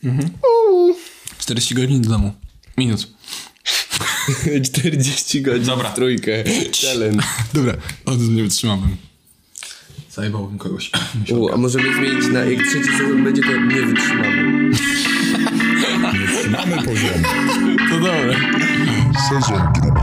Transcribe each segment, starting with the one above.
40 godzin do domu. Minut. 40 godzin Dobra. w trójkę. Challenge. Dobra, nie wytrzymałbym. Zajebałbym kogoś. A możemy zmienić na jak trzeci sezon będzie, to nie wytrzymamy. Mamy poziom. To dobre. Sezon drugi.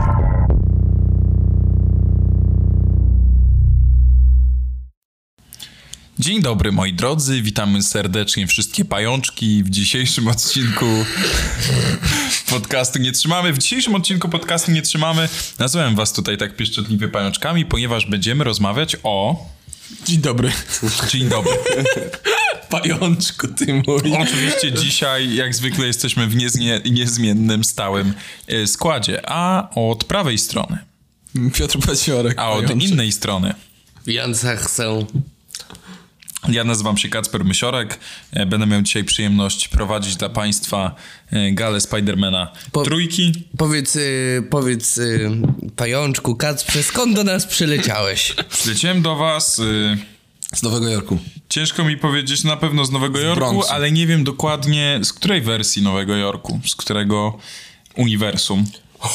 Dzień dobry moi drodzy, witamy serdecznie wszystkie pajączki w dzisiejszym odcinku podcastu Nie Trzymamy. W dzisiejszym odcinku podcastu Nie Trzymamy nazwałem was tutaj tak pieszczotliwie pajączkami, ponieważ będziemy rozmawiać o... Dzień dobry. Dzień dobry. Pajączku ty mój. Oczywiście dzisiaj jak zwykle jesteśmy w niezmiennym, stałym składzie, a od prawej strony, Piotr Paciorek. a od pajączek. innej strony Jan Sachsę. ja nazywam się Kacper Mysiorek. Będę miał dzisiaj przyjemność prowadzić dla państwa galę Spidermana trójki. Powiedz pajączku, Kacprze, skąd do nas przyleciałeś? Przyleciałem do was, Z Nowego Jorku. ciężko mi powiedzieć, na pewno z Nowego Jorku, Bronxu. ale nie wiem dokładnie z której wersji Nowego Jorku, z którego uniwersum.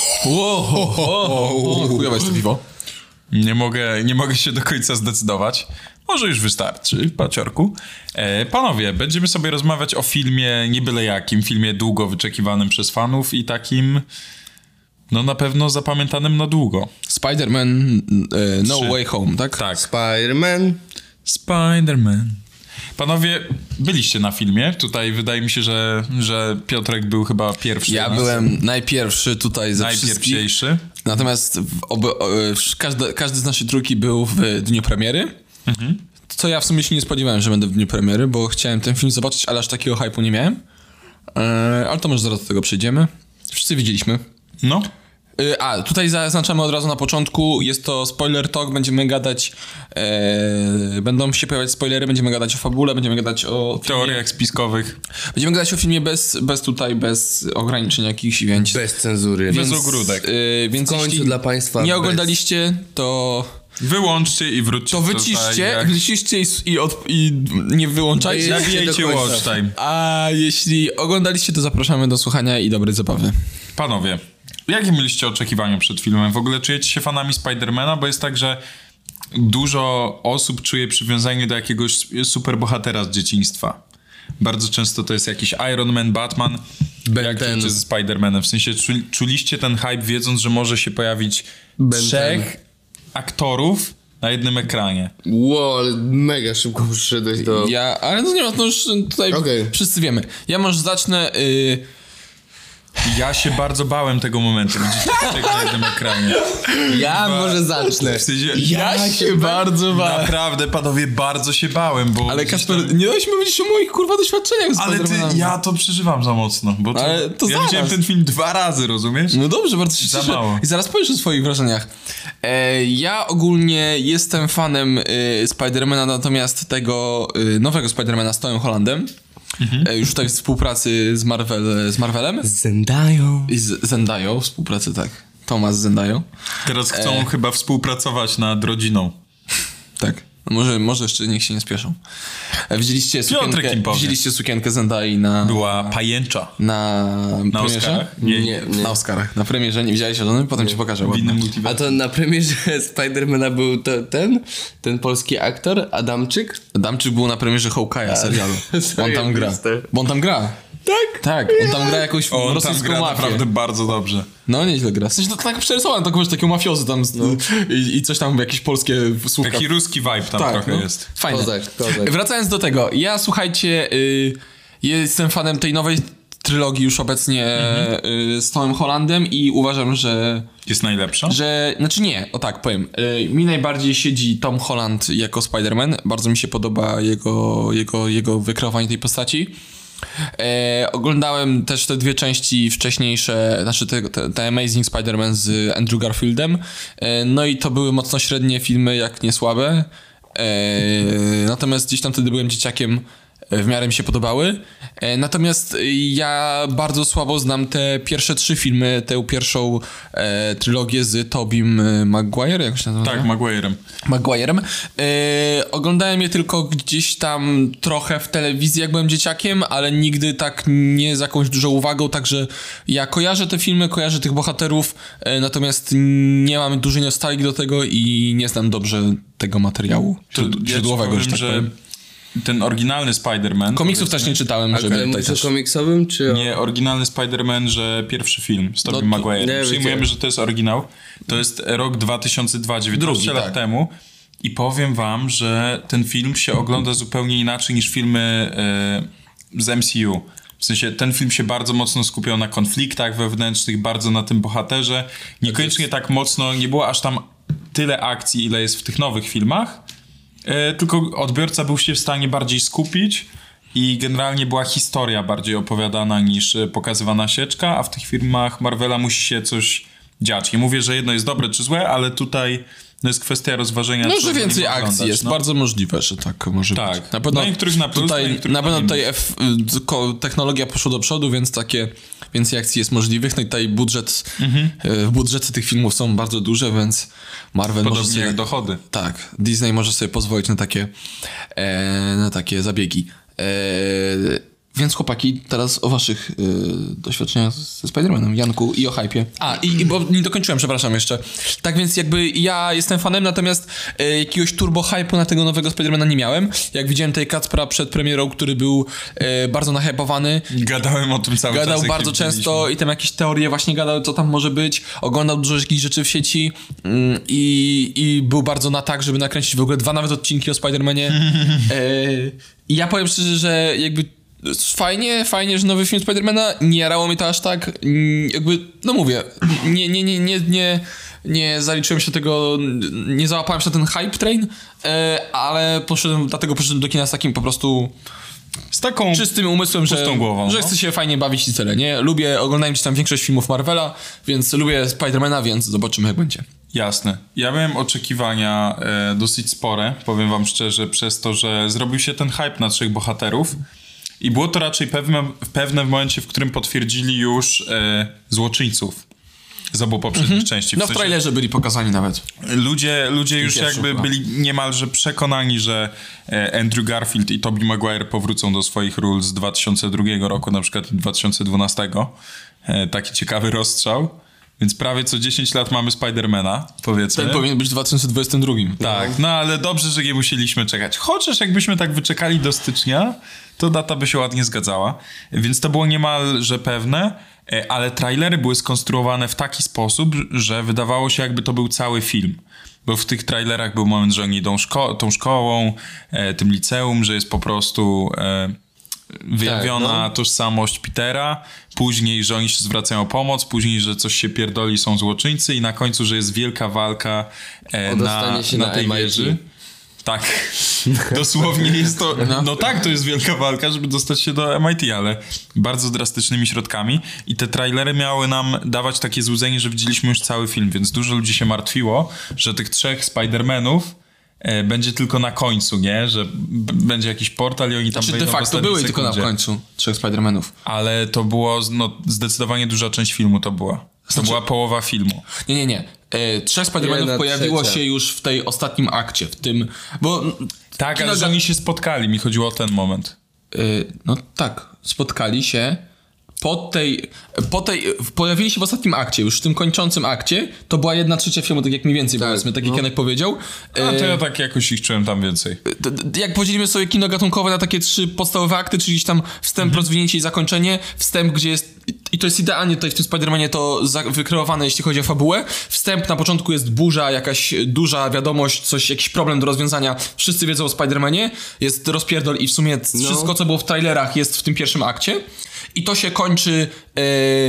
Chujowe jest to piwo. Nie mogę się do końca zdecydować. Może już wystarczy, paciorku. Panowie, będziemy sobie rozmawiać o filmie nie byle jakim, filmie długo wyczekiwanym przez fanów i takim, no na pewno zapamiętanym na długo. Spider-Man No 3. Way Home, tak? Tak, Spider-Man. Spider-Man. Panowie, byliście na filmie. Tutaj wydaje mi się, że Piotrek był chyba pierwszy. Ja byłem najpierwszy tutaj ze wszystkich. najpierwsiejszy. Natomiast każdy z naszej trójki był w dniu premiery. Co ja w sumie się nie spodziewałem, że będę w dniu premiery, bo chciałem ten film zobaczyć, ale aż takiego hype'u nie miałem. Ale to może zaraz do tego przejdziemy. Wszyscy widzieliśmy. No. Tutaj zaznaczamy od razu na początku, jest to spoiler talk, będziemy gadać, będą się pojawiać spoilery, będziemy gadać o fabule, będziemy gadać o filmie, Teoriach spiskowych. będziemy gadać o filmie bez ograniczeń jakichś, więc... Bez cenzury. Bez ogródek. Więc W końcu jeśli dla państwa nie bez- oglądaliście, to Wyłączcie i wróćcie to wyciszcie, wyciszcie i nie wyłączajcie. Nabijajcie do końca. watch time. A jeśli oglądaliście, to zapraszamy do słuchania i dobrej zabawy. Panowie, jakie mieliście oczekiwania przed filmem? W ogóle czujecie się fanami Spidermana? Bo jest tak, że dużo osób czuje przywiązanie do jakiegoś superbohatera z dzieciństwa. Bardzo często to jest jakiś Iron Man, Batman. Jak Ten. czujecie ze Spidermanem? W sensie czuliście ten hype, wiedząc, że może się pojawić Ben 3 ten. aktorów na jednym ekranie. Wow, ale mega szybko przyszedłeś do... Ale to nie ma, to już tutaj Okej. wszyscy wiemy. Ja może zacznę... Ja się bardzo bałem tego momentu, widzicie, na jednym ekranie. Ja może zacznę. W sensie, Ja się bardzo bałem. Naprawdę, panowie, bardzo się bałem, bo... Ale gdzieś Kasper, tam- nie dałeś mi powiedzieć o moich kurwa doświadczeniach z Ale Spider-Manem. ja to przeżywam za mocno, bo to, Ale to ja zaraz. widziałem ten film 2 razy, rozumiesz? No dobrze, bardzo się Za cieszę. mało. I zaraz powiesz o swoich wrażeniach. Ja ogólnie jestem fanem Spidermana, natomiast tego nowego Spidermana z Tomem Hollandem. Już tutaj w współpracy z Marvelem. Zendają. I z Zendayą współpracy, tak. Thomas z Zendayą. Teraz chcą chyba współpracować nad rodziną. Tak. Może jeszcze niech się nie spieszą. Piotrek im powie. Widzieliście sukienkę Zendai na... Była pajęcza. Na premierze? Oscarach? Nie. Na Oscarach. Na premierze nie widziałeś żadnej? Potem ci pokażę. W ładnie. innym A multiversum. to na premierze Spidermana był ten polski aktor, Adamczyk? Adamczyk był na premierze Hawkeye'a serialu. On tam gra. Zajebiste. Bo on tam gra. Tak? Tak, on tam gra jakąś On tam rosyjską gra mafię. naprawdę bardzo dobrze. No nieźle gra. W sensie to tak przerysowałem, takiego mafiozy tam i coś tam, jakieś polskie słówka. Taki ruski vibe tam Tak, trochę no. jest. Fajne. Kozak. Wracając do tego, ja słuchajcie, jestem fanem tej nowej trylogii już obecnie z Tomem Hollandem i uważam, że Jest najlepsza? znaczy nie, o tak powiem. Mi najbardziej siedzi Tom Holland jako Spider-Man. Bardzo mi się podoba jego wykreowanie tej postaci. Oglądałem też te 2 części wcześniejsze, znaczy te Amazing Spider-Man z Andrew Garfieldem. No i to były mocno średnie filmy, jak nie słabe. Natomiast gdzieś tam wtedy byłem dzieciakiem. w miarę mi się podobały. Natomiast ja bardzo słabo znam te pierwsze 3 filmy, tę pierwszą trylogię z Tobim Maguire, jak się nazywa? Tak, Maguirem. Oglądałem je tylko gdzieś tam trochę w telewizji, jak byłem dzieciakiem, ale nigdy tak nie z jakąś dużą uwagą, także ja kojarzę te filmy, kojarzę tych bohaterów, natomiast nie mam dużej nostalgii do tego i nie znam dobrze tego materiału źródłowego, że tak powiem. Ten oryginalny Spider-Man... Komiksów też nie czytałem, Ale żeby mówisz o komiksowym, czy o... Nie, oryginalny Spider-Man, że pierwszy film z Tobey Maguire. Przyjmujemy, że to jest oryginał. To jest rok 2002, 19 lat temu. I powiem wam, że ten film się ogląda zupełnie inaczej niż filmy z MCU. W sensie ten film się bardzo mocno skupiał na konfliktach wewnętrznych, bardzo na tym bohaterze. Niekoniecznie tak mocno, nie było aż tam tyle akcji, ile jest w tych nowych filmach. Tylko odbiorca był się w stanie bardziej skupić i generalnie była historia bardziej opowiadana niż pokazywana sieczka, a w tych filmach Marvela musi się coś dziać. Nie mówię, że jedno jest dobre czy złe, ale tutaj jest kwestia rozważenia. No, że więcej akcji jest. Bardzo możliwe, że tak może być. Na pewno niektórych na plus, na pewno tutaj technologia poszła do przodu, więc więcej akcji jest możliwych. No i tutaj budżety tych filmów są bardzo duże, więc Marvel podobnie może sobie... jak dochody. Tak, Disney może sobie pozwolić na takie zabiegi. Więc chłopaki, teraz o waszych doświadczeniach ze Spider-Manem, Janku, i o hypie. Bo nie dokończyłem, przepraszam jeszcze. Tak więc jakby ja jestem fanem, natomiast jakiegoś turbo hype'u na tego nowego Spider-Mana nie miałem. Jak widziałem tej Kacpra przed premierą, który był bardzo nahypowany. Gadałem o tym cały czas. Gadał bardzo często i tam jakieś teorie właśnie gadał, co tam może być. Oglądał dużo jakichś rzeczy w sieci i był bardzo na tak, żeby nakręcić w ogóle 2 nawet odcinki o Spider-Manie. I ja powiem szczerze, że jakby fajnie, że nowy film Spidermana, nie jarało mnie to aż tak, jakby, no mówię, nie zaliczyłem się tego, nie załapałem się na ten hype train, ale dlatego poszedłem do kina z takim po prostu z taką czystym umysłem, głową, że chcę się fajnie bawić i tyle, nie? Oglądałem tam większość filmów Marvela, więc lubię Spidermana, więc zobaczymy jak będzie. Jasne. Ja miałem oczekiwania dosyć spore, powiem wam szczerze, przez to, że zrobił się ten hype na 3 bohaterów. I było to raczej pewne w momencie, w którym potwierdzili już złoczyńców z obu poprzednich części. W trailerze byli pokazani nawet. Ludzie już jakby byli niemalże przekonani, że Andrew Garfield i Tobey Maguire powrócą do swoich ról z 2002 roku, na przykład 2012. Taki ciekawy rozstrzał. Więc prawie co 10 lat mamy Spidermana, powiedzmy. Ten powinien być w 2022. Tak, no ale dobrze, że nie musieliśmy czekać. Chociaż jakbyśmy tak wyczekali do stycznia, to data by się ładnie zgadzała. Więc to było niemalże pewne, ale trailery były skonstruowane w taki sposób, że wydawało się jakby to był cały film. Bo w tych trailerach był moment, że oni idą tą szkołą, tym liceum, że jest po prostu... wyjawiona tożsamość Petera, później, że oni się zwracają o pomoc, później, że coś się pierdoli, są złoczyńcy i na końcu, że jest wielka walka na tej wieży. Tak, dosłownie jest to, no tak, to jest wielka walka, żeby dostać się do MIT, ale bardzo drastycznymi środkami i te trailery miały nam dawać takie złudzenie, że widzieliśmy już cały film, więc dużo ludzi się martwiło, że tych 3 Spider-Manów będzie tylko na końcu, nie? Że będzie jakiś portal i oni tam wejdą de facto były tylko na końcu 3 Spider-Manów. Ale to było, zdecydowanie duża część filmu to była. To była połowa filmu. Nie. 3 Spider-Manów pojawiło się już w tej ostatnim akcie, w tym, bo... Tak, ale że oni się spotkali, mi chodziło o ten moment. No tak, spotkali się... Pojawili się w ostatnim akcie, już w tym kończącym akcie, to była 1/3 filmu, tak jak mniej więcej, powiedzmy, tak jak Janek powiedział. A to ja tak jakoś ich czułem tam więcej. Jak podzielimy sobie kino gatunkowe na takie 3 podstawowe akty, czyli tam wstęp, rozwinięcie i zakończenie, wstęp, gdzie jest, i to jest idealnie tutaj w tym Spider-Manie to wykreowane, jeśli chodzi o fabułę. Wstęp, na początku jest burza, jakaś duża wiadomość, jakiś problem do rozwiązania, wszyscy wiedzą o Spider-Manie, jest rozpierdol i w sumie wszystko, co było w trailerach, jest w tym pierwszym akcie. I to się kończy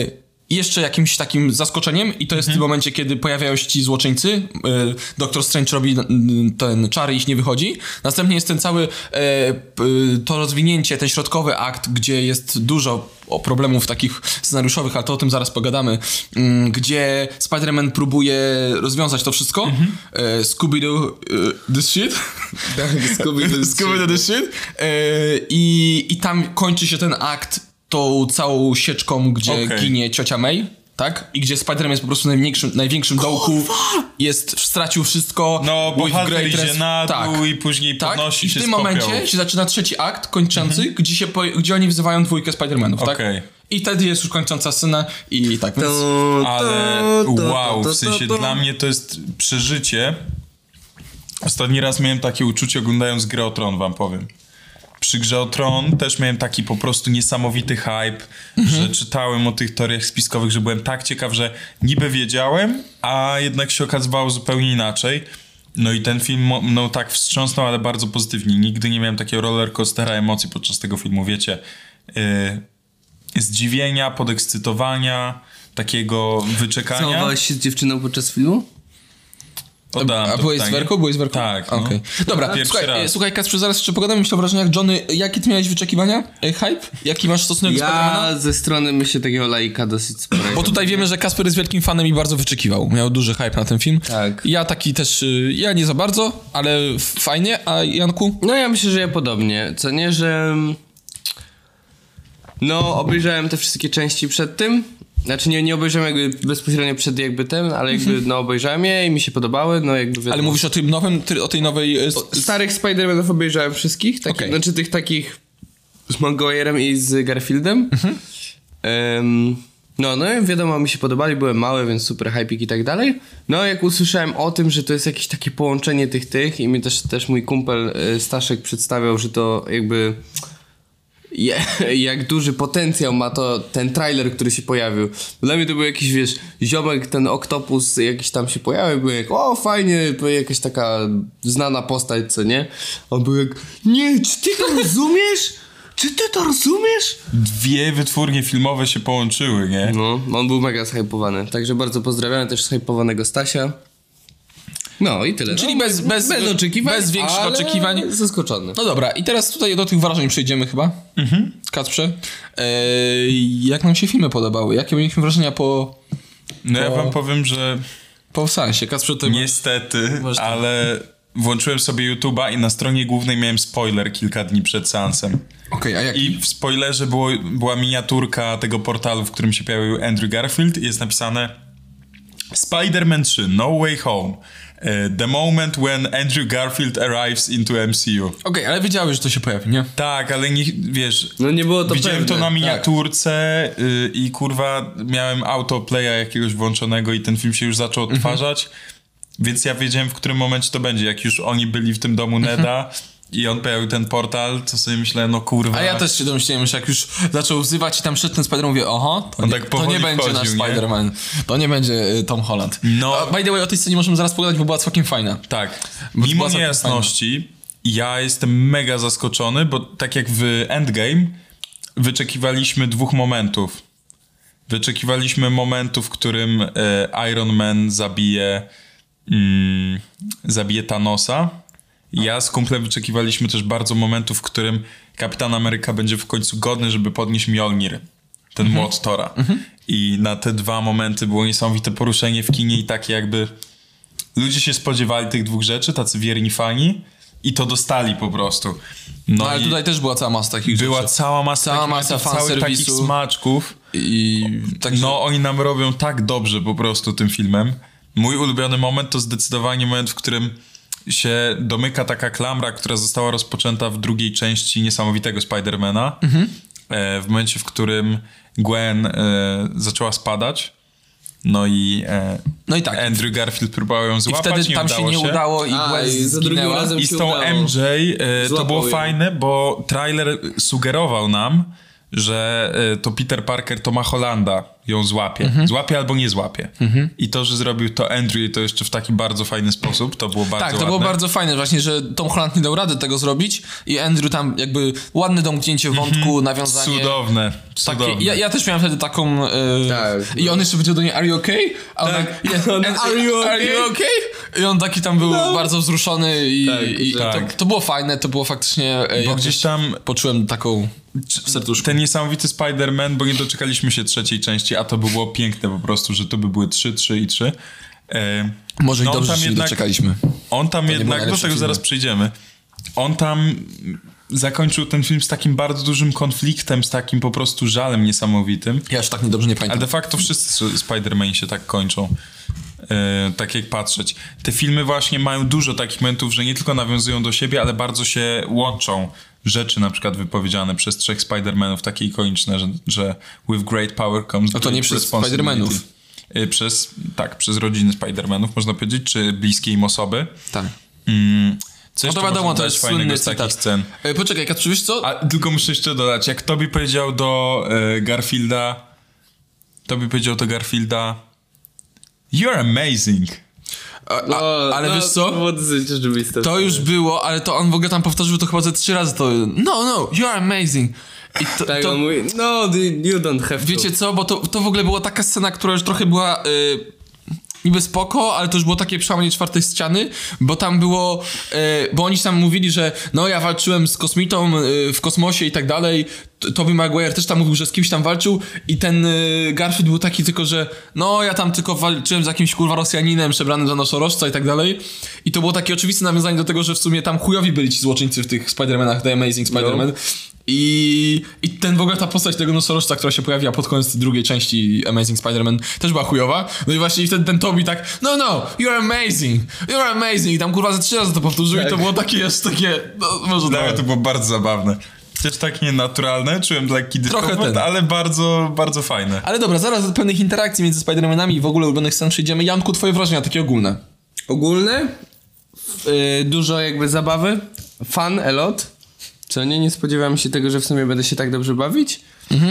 jeszcze jakimś takim zaskoczeniem i to jest w tym momencie, kiedy pojawiają się ci złoczyńcy, Doktor Strange robi ten czar i ich nie wychodzi. Następnie jest ten cały to rozwinięcie, ten środkowy akt, gdzie jest dużo problemów takich scenariuszowych, ale to o tym zaraz pogadamy, gdzie Spider-Man próbuje rozwiązać to wszystko. Scooby-Doo this shit. Scooby-Doo this shit. I tam kończy się ten akt tą całą sieczką, gdzie ginie ciocia May, tak? I gdzie Spider-Man jest po prostu w największym dołku, stracił wszystko. No, bohater idzie na dół i później podnosi się z popiołu. I w tym momencie się zaczyna trzeci akt kończący, gdzie oni wzywają dwójkę Spider-Manów, tak? I wtedy jest już kończąca scena i tak, więc... Ale wow, w sensie dla mnie to jest przeżycie. Ostatni raz miałem takie uczucie oglądając Grę o Tron, wam powiem. Przy Grze o Tron też miałem taki po prostu niesamowity hype, że czytałem o tych teoriach spiskowych, że byłem tak ciekaw, że niby wiedziałem, a jednak się okazywało zupełnie inaczej. No i ten film no tak wstrząsnął, ale bardzo pozytywnie. Nigdy nie miałem takiego rollercoastera emocji podczas tego filmu, wiecie. Zdziwienia, podekscytowania, takiego wyczekania. Całowałeś się z dziewczyną podczas filmu? A byłeś z Werką? Byłeś z Werką? Tak. No. Okay. Dobra, słuchaj Kacprze, zaraz jeszcze pogadamy myślę o wrażeniach. Johnny, jakie ty miałeś wyczekiwania? Hype? Jaki masz stosunek do Spidermana? Ja ze strony myślę takiego laika dosyć sporego. Bo tutaj wiemy, że Kasper jest wielkim fanem i bardzo wyczekiwał. Miał duży hype na ten film. Tak. Ja taki też, ja nie za bardzo, ale fajnie. A Janku? No ja myślę, że ja podobnie. Co nie, że... No, obejrzałem te wszystkie części przed tym. Znaczy nie obejrzałem jakby bezpośrednio przed jakby tym, ale jakby no obejrzałem je i mi się podobały, no jakby wiadomo. Ale mówisz o tym nowym, o tej nowej... Starych Spider-Manów obejrzałem wszystkich, znaczy tych takich z Maguire'em i z Garfieldem. No wiadomo, mi się podobali, byłem mały, więc super hypik i tak dalej. No jak usłyszałem o tym, że to jest jakieś takie połączenie tych i mi też mój kumpel Staszek przedstawiał, że to jakby... jak duży potencjał ma to ten trailer, który się pojawił. Dla mnie to był jakiś, wiesz, ziomek, ten Oktopus jakiś tam się pojawił, był jak, o fajnie, jakaś taka znana postać, co nie? On był jak, nie, czy ty to rozumiesz? Czy ty to rozumiesz? Dwie wytwórnie filmowe się połączyły, nie? No, on był mega zhypowany, także bardzo pozdrawiam też zhypowanego Stasia. No i tyle. Czyli bez oczekiwań, bez większych oczekiwań. Zaskoczony. No dobra, i teraz tutaj do tych wrażeń przejdziemy chyba. Kacprze. Jak nam się filmy podobały? Jakie mieliśmy wrażenia No ja wam powiem, że... Po seansie. Kacprze, to niestety, ale włączyłem sobie YouTube'a i na stronie głównej miałem spoiler kilka dni przed seansem. Okej, a jaki? I w spoilerze była miniaturka tego portalu, w którym się pojawił Andrew Garfield i jest napisane Spider-Man 3 No Way Home. The moment when Andrew Garfield arrives into MCU. Okej, ale wiedziałeś, że to się pojawi, nie? Tak, ale nie, wiesz... No nie było to widziałem pewne. to na miniaturce i kurwa miałem autoplaya jakiegoś włączonego i ten film się już zaczął odtwarzać, więc ja wiedziałem, w którym momencie to będzie. Jak już oni byli w tym domu Neda i on pojawił ten portal, to sobie myślę, no kurwa... A ja też się domyśliłem, że jak już zaczął wzywać i tam szedł ten Spider-Man, mówię, oho, to nie będzie nasz Spider-Man. To nie będzie Tom Holland. No. By the way, o tej scenie możemy zaraz pogadać, bo była całkiem fajna. Tak. Mimo niejasności, ja jestem mega zaskoczony, bo tak jak w Endgame wyczekiwaliśmy dwóch momentów. Wyczekiwaliśmy momentu, w którym Iron Man zabije Thanosa. Ja z kumplem wyczekiwaliśmy też bardzo momentu, w którym Kapitan Ameryka będzie w końcu godny, żeby podnieść Mjolnir, ten młot Thora. I na te dwa momenty było niesamowite poruszenie w kinie i takie jakby ludzie się spodziewali tych dwóch rzeczy, tacy wierni fani i to dostali po prostu. No ale tutaj też była cała masa takich rzeczy. Była cała masa takich smaczków. I także... No oni nam robią tak dobrze po prostu tym filmem. Mój ulubiony moment to zdecydowanie moment, w którym się domyka taka klamra, która została rozpoczęta w drugiej części niesamowitego Spidermana. W momencie, w którym Gwen zaczęła spadać. No i tak. Andrew Garfield próbował ją złapać. I wtedy tam się nie udało i Gwen zginęła. I z tą MJ to było fajne, bo trailer sugerował nam, że to Peter Parker Toma Hollanda ją złapie. Złapie albo nie złapie. I to, że zrobił to Andrew i to jeszcze w taki bardzo fajny sposób, to było bardzo ładne. Tak, to było bardzo fajne właśnie, że Tom Holland nie dał rady tego zrobić i Andrew tam jakby ładne domknięcie wątku, nawiązanie. Cudowne. Takie, ja też miałem wtedy taką... Tak. I on jeszcze powiedział do niej, are you okay? A on tak, Are you okay? I on taki tam był bardzo wzruszony i tak. to było fajne, to było faktycznie... Bo gdzieś tam poczułem taką w serduszku. ten niesamowity Spider-Man, bo nie doczekaliśmy się trzeciej części, a to by było piękne po prostu, że to by były 3 i 3. Może no i dobrze, że się nie doczekaliśmy. On tam To jednak, do tego zaraz przejdziemy, on tam zakończył ten film z takim bardzo dużym konfliktem, z takim po prostu żalem niesamowitym. Ja już tak niedobrze nie pamiętam. Ale de facto wszyscy Spider-Mani się tak kończą. Tak jak patrzeć. Te filmy właśnie mają dużo takich momentów, że nie tylko nawiązują do siebie, ale bardzo się łączą. Rzeczy na przykład wypowiedziane przez 3 Spider-Manów, takie ikoniczne, że with great power comes No to nie przez Spider-Manów. Przez rodziny Spider-Manów, można powiedzieć, czy bliskie im osoby. Tak. Co No to jeszcze wiadomo, można to dodać jest fajnego słynny z takich cytat. scen? Poczekaj, Kacprzy, wiesz co? A tylko muszę jeszcze dodać, jak Toby powiedział do Garfielda, you're amazing. Ale wiesz co? Było dosyć oczywiste. To już było, ale to on w ogóle tam powtórzył to chyba ze 3 razy, to no, you're amazing. I Tak, on mówi, no, you don't have to. wiecie co, bo to w ogóle była taka scena, która już trochę była niby spoko, ale to już było takie przełamanie 4 ściany, bo tam było, bo oni tam mówili, że no ja walczyłem z kosmitą w kosmosie i tak dalej, Tobey Maguire też tam mówił, że z kimś tam walczył i ten Garfield był taki tylko, że no ja tam tylko walczyłem z jakimś kurwa Rosjaninem przebranym za nosorożca i tak dalej i to było takie oczywiste nawiązanie do tego, że w sumie tam chujowi byli ci złoczyńcy w tych Spider-Manach, The Amazing Spider-Man. No. I ten w ogóle ta postać tego nosorożca, która się pojawiła pod koniec drugiej części Amazing Spider-Man też była chujowa. No i właśnie wtedy ten Toby tak no, you're amazing. I tam kurwa ze 3 razy to powtórzył Tak. i to było takie, no może Nawet to było bardzo zabawne. Też tak nienaturalne, czułem lekki dyskomfort, ale bardzo, bardzo fajne. Ale dobra, zaraz do pewnych interakcji między Spider-Manami i w ogóle ulubionych scen przejdziemy. Janku, twoje wrażenia takie ogólne. Ogólne? Dużo jakby zabawy. Fun a lot. Co nie? Nie spodziewałem się tego, że w sumie będę się tak dobrze bawić.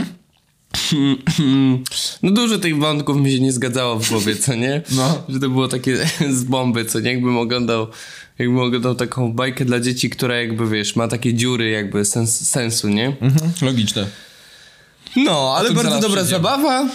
No dużo tych wątków mi się nie zgadzało w głowie, co nie? No. Że to było takie z bomby, co nie? Jakbym oglądał taką bajkę dla dzieci, która jakby, wiesz, ma takie dziury jakby sensu, nie? Logiczne. No, ale tym bardzo zaraz dobra przejdziemy. zabawa.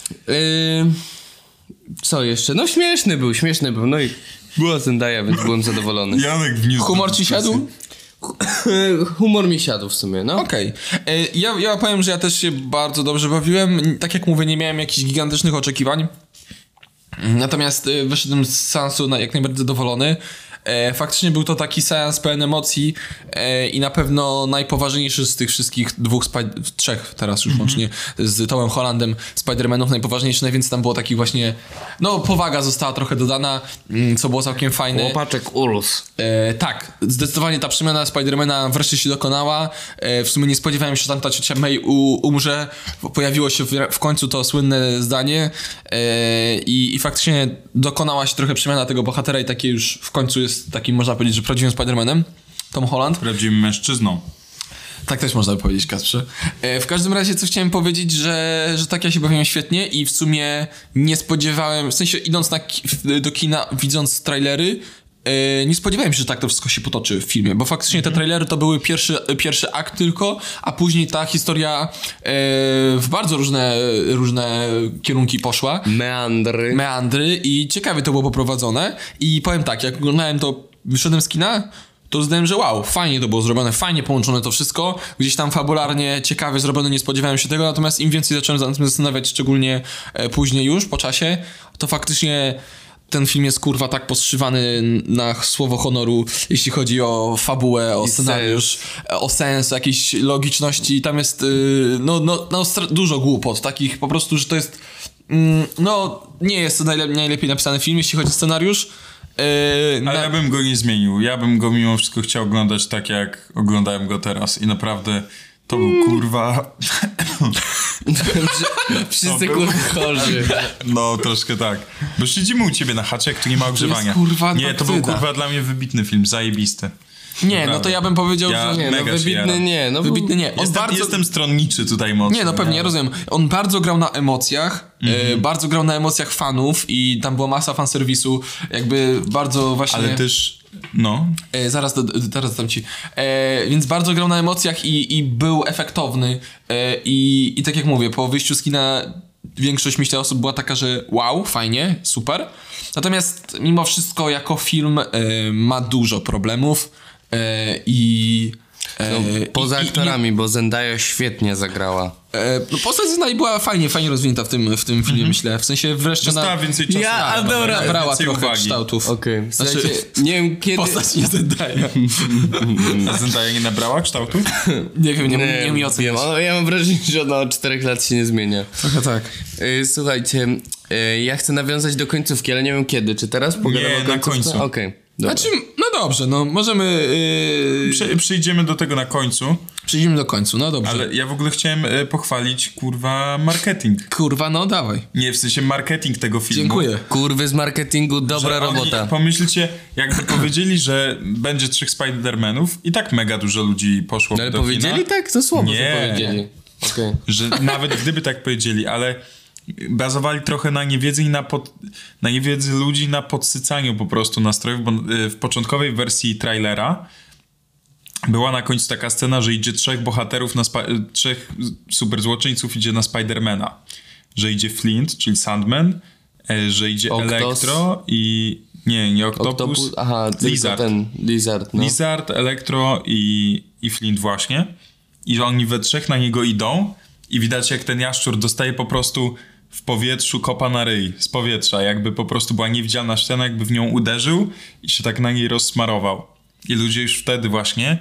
Co jeszcze? No śmieszny był. No i była Zendaya, więc byłem zadowolony. Janek wniósł. Humor ci siadł? Humor mi siadł w sumie, no. Okej. Ja powiem, że ja też się bardzo dobrze bawiłem. Tak jak mówię, nie miałem jakichś gigantycznych oczekiwań. Natomiast wyszedłem z seansu jak najbardziej zadowolony. Faktycznie był to taki seans pełen emocji i na pewno najpoważniejszy z tych wszystkich 3 teraz już łącznie z Tomem Hollandem Spider-Manów, najpoważniejszy, najwięcej tam było takich właśnie, no powaga została trochę dodana, co było całkiem fajne. Łopaczek urósł. Tak, zdecydowanie ta przemiana Spidermana wreszcie się dokonała. W sumie nie spodziewałem się, że tam ta ciocia May umrze. Pojawiło się w końcu to słynne zdanie i faktycznie dokonała się trochę przemiana tego bohatera i takie już w końcu jest takim, można powiedzieć, że prawdziwym Spider-Manem. Tom Holland. Prawdziwym mężczyzną. Tak też można by powiedzieć, Kasprze. W każdym razie co chciałem powiedzieć, że tak ja się bawiłem świetnie i w sumie nie spodziewałem, w sensie idąc do kina, widząc trailery, nie spodziewałem się, że tak to wszystko się potoczy w filmie, bo faktycznie te trailery to były pierwszy akt tylko, a później ta historia w bardzo różne kierunki poszła. Meandry i ciekawie to było poprowadzone i powiem tak, jak oglądałem to, wyszedłem z kina, to zdałem, że wow, fajnie to było zrobione, fajnie połączone to wszystko, gdzieś tam fabularnie ciekawie zrobione, nie spodziewałem się tego, natomiast im więcej zacząłem nad tym zastanawiać, szczególnie później już, po czasie, to faktycznie ten film jest kurwa tak postrzywany na słowo honoru, jeśli chodzi o fabułę, o scenariusz, o sens, jakiejś logiczności. Tam jest dużo głupot, takich po prostu, że to jest nie jest to najlepiej napisany film, jeśli chodzi o scenariusz. Ale ja bym go nie zmienił. Ja bym go mimo wszystko chciał oglądać tak, jak oglądałem go teraz. I naprawdę to był kurwa... Wszyscy kurwa chorzy. No, troszkę tak. Bo siedzimy u ciebie na chacie, jak tu nie ma ogrzewania. kurwa nie, to był Antarktyda. kurwa dla mnie wybitny film, zajebisty. Nie, Naprawdę. no to ja bym powiedział, Ja że... Nie, no mega się wybitny jaram. nie. No, Wybitny nie. On Jestem stronniczy tutaj mocno. Nie, no pewnie, ja rozumiem. On bardzo grał na emocjach, bardzo grał na emocjach fanów i tam była masa fanserwisu, jakby bardzo właśnie... Ale też, no... Zaraz dam ci. Więc bardzo grał na emocjach i był efektowny. I tak jak mówię, po wyjściu z kina większość, myślę, osób była taka, że wow, fajnie, super. Natomiast mimo wszystko jako film ma dużo problemów i... poza aktorami, bo Zendaya świetnie zagrała. No postać Zendaya była fajnie rozwinięta w tym filmie, myślę. W sensie wreszcie Dostała więcej czasu. nabrała więcej trochę uwagi. kształtów. Okej. Znaczy, Słuchajcie, nie wiem kiedy... postać nie Zendaya. A Zendaya nie nabrała kształtu? Nie wiem, nie mi oceniać. wiem, ale ja mam wrażenie, że ona od 4 lat się nie zmienia. Trochę tak. Słuchajcie, ja chcę nawiązać do końcówki, ale nie wiem kiedy. Czy teraz pogadamy Nie, o na końcówce? końcu. Okej. Dobra. Znaczy, no dobrze, no możemy... Przyjdziemy do tego na końcu, Przejdziemy do końca, no dobrze. ale ja w ogóle chciałem pochwalić, kurwa, marketing. Kurwa, no dawaj. Nie, w sensie marketing tego filmu. Dziękuję. Kurwy z marketingu, dobra Że oni, robota. pomyślcie, jakby powiedzieli, że będzie 3 Spider-Manów i tak mega dużo ludzi poszło Ale do powiedzieli kina. tak? To słowo, Nie. że powiedzieli. Okej. Że nawet gdyby tak powiedzieli, ale bazowali trochę na niewiedzy i na niewiedzy ludzi, na podsycaniu po prostu nastrojów, bo w początkowej wersji trailera była na końcu taka scena, że idzie 3 bohaterów, 3 super złoczyńców idzie na Spidermana. Że idzie Flint, czyli Sandman, że idzie Octos. Electro i... Nie Octopus. Aha, tylko Lizard. ten Lizard, no. Lizard, Electro i Flint właśnie. I że oni we 3 na niego idą i widać jak ten jaszczur dostaje po prostu w powietrzu kopa na ryj z powietrza. Jakby po prostu była niewidzialna ściana, jakby w nią uderzył i się tak na niej rozsmarował. I ludzie już wtedy właśnie